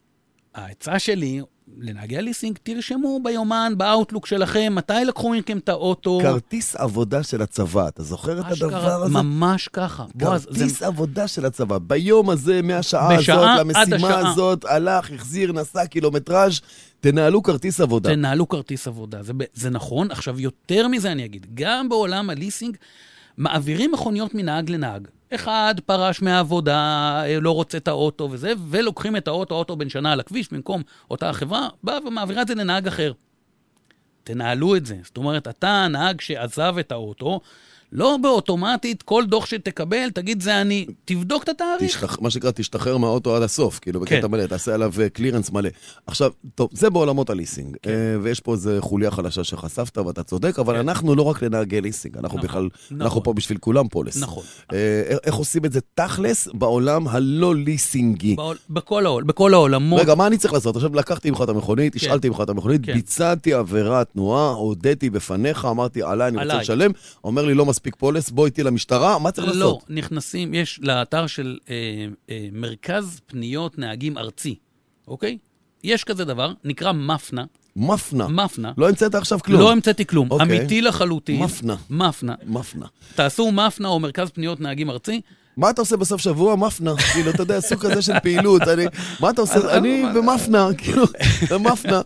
ההצעה שלי, לנהגי הליסינג, תרשמו ביומן, באוטלוק שלכם, מתי לקחו מכם את האוטו. כרטיס עבודה של הצבא, אתה זוכר את הדבר הזה? ממש ככה. כרטיס עבודה של הצבא, ביום הזה, מהשעה הזאת, למשימה הזאת, הלך, החזיר, נסע קילומטראז', תנהלו כרטיס עבודה. תנהלו כרטיס עבודה, זה נכון. עכשיו, יותר מזה אני אגיד, גם בעולם הליסינג, מעבירים מכוניות מנהג לנהג. אחד פרש מהעבודה, לא רוצה את האוטו וזה, ולוקחים את האוטו בן שנה על הכביש, במקום אותה החברה, באה ומעבירה את זה לנהג אחר. תנהלו את זה. זאת אומרת, אתה נהג שעזב את האוטו, לא באוטומטית, כל דוח שתקבל, תגיד זה אני, תבדוק את התאריך. מה שקרה, תשתחרר מהאוטו עד הסוף, כאילו בקטע מלא, תעשה עליו קלירנס מלא. עכשיו, טוב, זה בעולמות הליסינג, ויש פה איזה חוליה חלשה שחשפת, ואתה צודק, אבל אנחנו לא רק לנהגי ליסינג, אנחנו בכלל, אנחנו פה בשביל כולם פולס. נכון. איך עושים את זה תכלס בעולם הלא ליסינגי? בכל העולמות. רגע, מה אני צריך לעשות? עכשיו לקחתי ממך את המכונית, השאלתי ממך את המכונית, ביצעתי עבירת תנועה, הודיתי בפניך, אמרתי, עליי, אני רוצה לשלם. אומר לי, לא מספיק פולס, בוא איתי למשטרה, מה צריך לעשות? לא, נכנסים, יש לאתר של מרכז פניות נהגים ארצי, אוקיי? יש כזה דבר, נקרא מפנה. מפנה? לא המצאת עכשיו כלום? לא המצאתי כלום, אמיתי לחלוטין. מפנה. תעשו מפנה או מרכז פניות נהגים ארצי. מה אתה עושה בסוף שבוע? מפנה. כאילו, אתה יודע, סוג כזה של פעילות. מה אתה עושה? אני במפנה, כאילו, במפנה.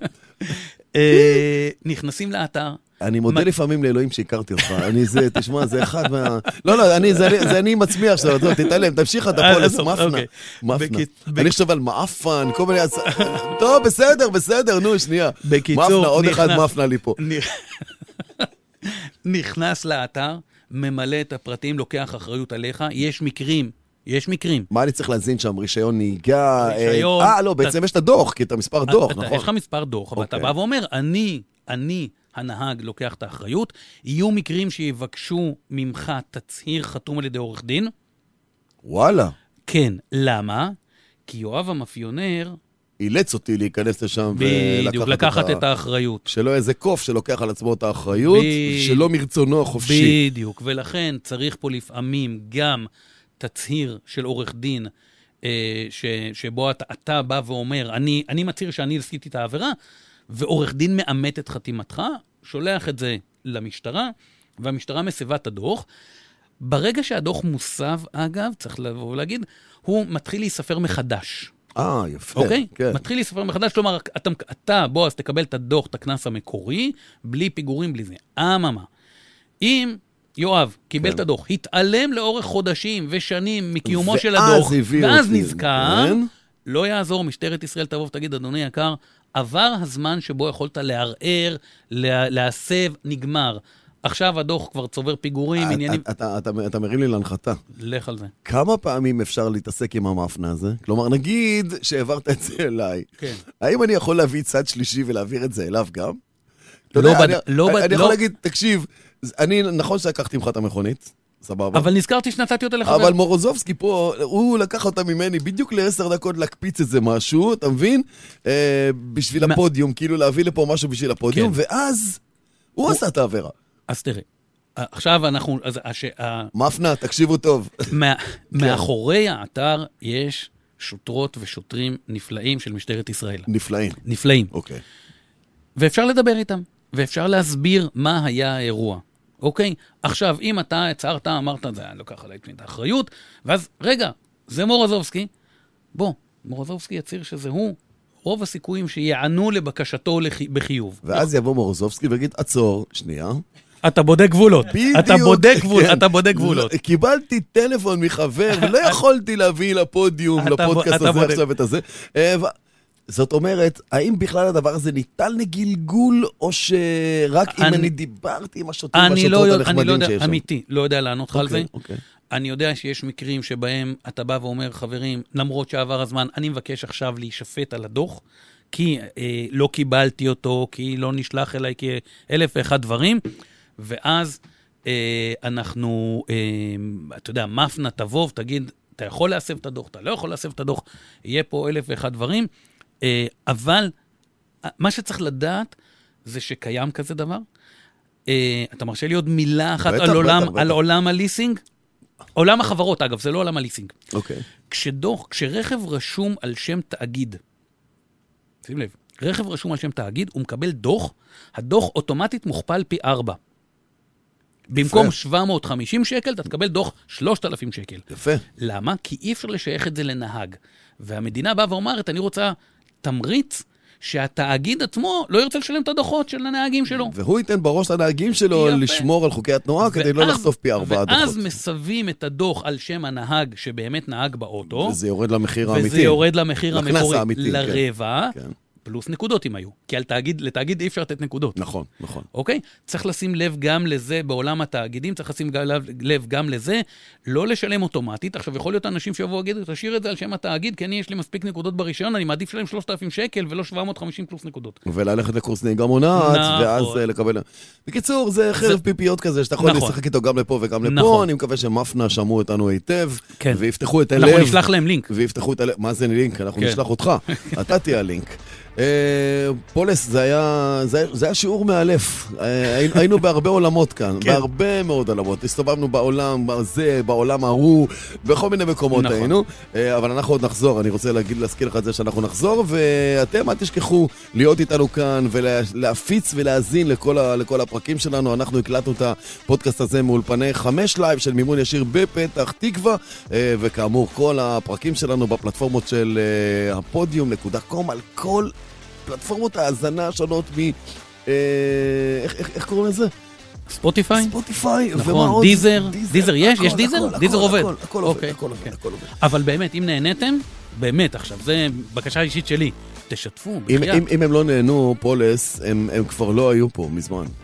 נכנסים לאתר. אני מודה לפעמים לאלוהים שהכרתי אותך. תשמע, זה אחד מה... לא, זה אני מצמיע עכשיו, תתעלם, תמשיך את הפולס, מפנה. אני חושב על מאפן, כל מיני... טוב, בסדר, נו, שנייה. מפנה, עוד אחד מפנה לי פה. נכנס לאתר, ממלא את הפרטים, לוקח אחריות עליך, יש מקרים. מה אני צריך להזין שם? רישיון נהיגה? לא, בעצם יש את הדוח, כי אתה מספר דוח, נכון? יש לך מספר דוח, אבל אתה בא ואומר, אני, הנהג, לוקח את האחריות, יהיו מקרים שיבקשו ממך תצהיר חתום על ידי עורך דין. וואלה. כן, למה? כי יואב המאפיונר... אילץ אותי להיכנס לשם ולקחת לקחת את האחריות. שלא איזה קוף שלוקח על עצמו את האחריות, שלא מרצונו החופשי. בדיוק, ולכן צריך פה לפעמים גם תצהיר של עורך דין, שבו אתה בא ואומר, אני מצהיר שאני עשיתי את העבירה, ועורך דין מאמת את חתימתך, שולח את זה למשטרה, והמשטרה מסבה את הדוח. ברגע שהדוח מוסב, אגב, צריך לבוא ולהגיד, הוא מתחיל להיספר מחדש. יפה. אוקיי? כן. מתחיל להיספר מחדש, כלומר, אתה, בועז, תקבל את הדוח, את הכנס המקורי, בלי פיגורים, בלי זה. אם יואב קיבל את הדוח, התעלם לאורך חודשים ושנים מקיומו של הדוח, ואז נזכר, לא יעזור, משטרת ישראל תבוא ותגיד, אדוני יקר, עבר הזמן שבו יכולת לערער, להסב, נגמר. עכשיו הדוח כבר צובר פיגורים, עניינים... אתה מרים לי להנחתה. לך על זה. כמה פעמים אפשר להתעסק עם המאפנה הזה? כלומר, נגיד שהעברת את זה אליי. כן. האם אני יכול להביא צד שלישי ולהעביר את זה אליו גם? אני יכול להגיד, תקשיב, נכון שלקחתי ממך את המכונית, סבבה. אבל נזכרתי שנתתי אותה לחבר. אבל מורוזובסקי פה, הוא לקח אותה ממני בדיוק ל10 דקות להקפיץ איזה משהו, אתה מבין? בשביל הפודיום, כאילו להביא לפה משהו בשביל הפודיום, ואז הוא עשה את העבירה. אז תראה, עכשיו אנחנו... מפנה, תקשיבו טוב. מאחורי האתר יש שוטרות ושוטרים נפלאים של משטרת ישראל. נפלאים. אוקיי. ואפשר לדבר איתם, ואפשר להסביר מה היה האירוע. אוקיי? עכשיו, אם אתה הצהרת, אמרת, זה לוקח עליי את האחריות, ואז, רגע, זה מורוזובסקי. מורוזובסקי יציר שזה הוא, רוב הסיכויים שיענו לבקשתו בחיוב. ואז יבוא מורוזובסקי ויגיד, עצור, שנייה. אתה בודק גבולות. אתה בודק גבולות. קיבלתי טלפון מחבר, ולא יכולתי להביא לפודיום, לפודקאסט הזה עכשיו את הזה. זאת אומרת, האם בכלל הדבר הזה ניתן לגלגול, או שרק אם אני דיברתי עם השוטרים והשוטרות הנחמדים שיש שם? אמיתי, לא יודע לענות לך על זה. אני יודע שיש מקרים שבהם אתה בא ואומר, חברים, למרות שעבר הזמן, אני מבקש עכשיו להישפט על הדוח, כי לא קיבלתי אותו, כי לא נשלח אליי, כי 1,001 דברים, ואז אנחנו, אתה יודע, מפנה תבוא ותגיד, אתה יכול להסב את הדוח, אתה לא יכול להסב את הדוח, יהיה פה 1,001 דברים, אבל מה שצריך לדעת זה שקיים כזה דבר. אתה מרשה לי עוד מילה אחת על עולם הליסינג? עולם החברות, אגב, זה לא עולם הליסינג. אוקיי. כשרכב רשום על שם תאגיד, שים לב, רכב רשום על שם תאגיד, הוא מקבל דוח, הדוח אוטומטית מוכפל פי 4. במקום 750 שקל, אתה תקבל דוח 3,000 שקל. יפה. למה? כי אי אפשר לשייך את זה לנהג. והמדינה באה ואומרת, אני רוצה תמריץ שהתאגיד עצמו לא ירצה לשלם את הדוחות של הנהגים שלו. והוא ייתן בראש לנהגים שלו לשמור על חוקי התנועה כדי לא לחטוף פי 4 דוחות. ואז מסבים את הדוח על שם הנהג שבאמת נהג באוטו. וזה יורד למחיר האמיתי. וזה יורד למחיר המקורי האמיתי, לרבע. כן. פלוס נקודות אם היו. כי לתאגיד אי אפשר לתת נקודות. נכון, נכון. אוקיי? צריך לשים לב גם לזה בעולם התאגידים, צריך לשים לב גם לזה, לא לשלם אוטומטית. עכשיו, יכול להיות אנשים שיבואו להגיד, תשאיר את זה על שם התאגיד, כי יש לי מספיק נקודות ברישיון, אני מעדיף שלהם 3,000 שקל ולא 750 פלוס נקודות. וללכת לקורס נהיגה מונעת, ואז לקבל... בקיצור, זה חרב פיפיות כזה, שאתה יכול לשחק איתו גם לפה וגם לפה. אני מקווה שמפנה שמעו אותנו היטב, ויפתחו את הלב. אנחנו נשלח להם לינק. ויפתחו את הלב. מה זה לינק? אנחנו נשלח אותך. אתה תהיה הלינק. פולס, זה היה שיעור מאלף. היינו בהרבה עולמות כאן, בהרבה מאוד עולמות. הסתובבנו בעולם הזה, בעולם ההוא, בכל מיני מקומות היינו. אבל אנחנו עוד נחזור, אני רוצה להזכיר לך את זה שאנחנו נחזור, ואתם אל תשכחו להיות איתנו כאן ולהפיץ ולהזין לכל הפרקים שלנו. אנחנו הקלטנו את הפודקאסט הזה מאולפני 5 לייב של מימון ישיר בפתח תקווה, וכאמור כל הפרקים שלנו בפלטפורמות של הפודיום.com על כל פלטפורמות ההאזנה שונות איך קוראים לזה? ספוטיפיי? ספוטיפיי, נכון, דיזר. דיזר יש? יש דיזר? דיזר עובד. הכל עובד. אבל באמת, אם נהניתם, באמת עכשיו, זה בקשה אישית שלי. תשתפו. אם הם לא נהנו, פולס, הם כבר לא היו פה מזמן.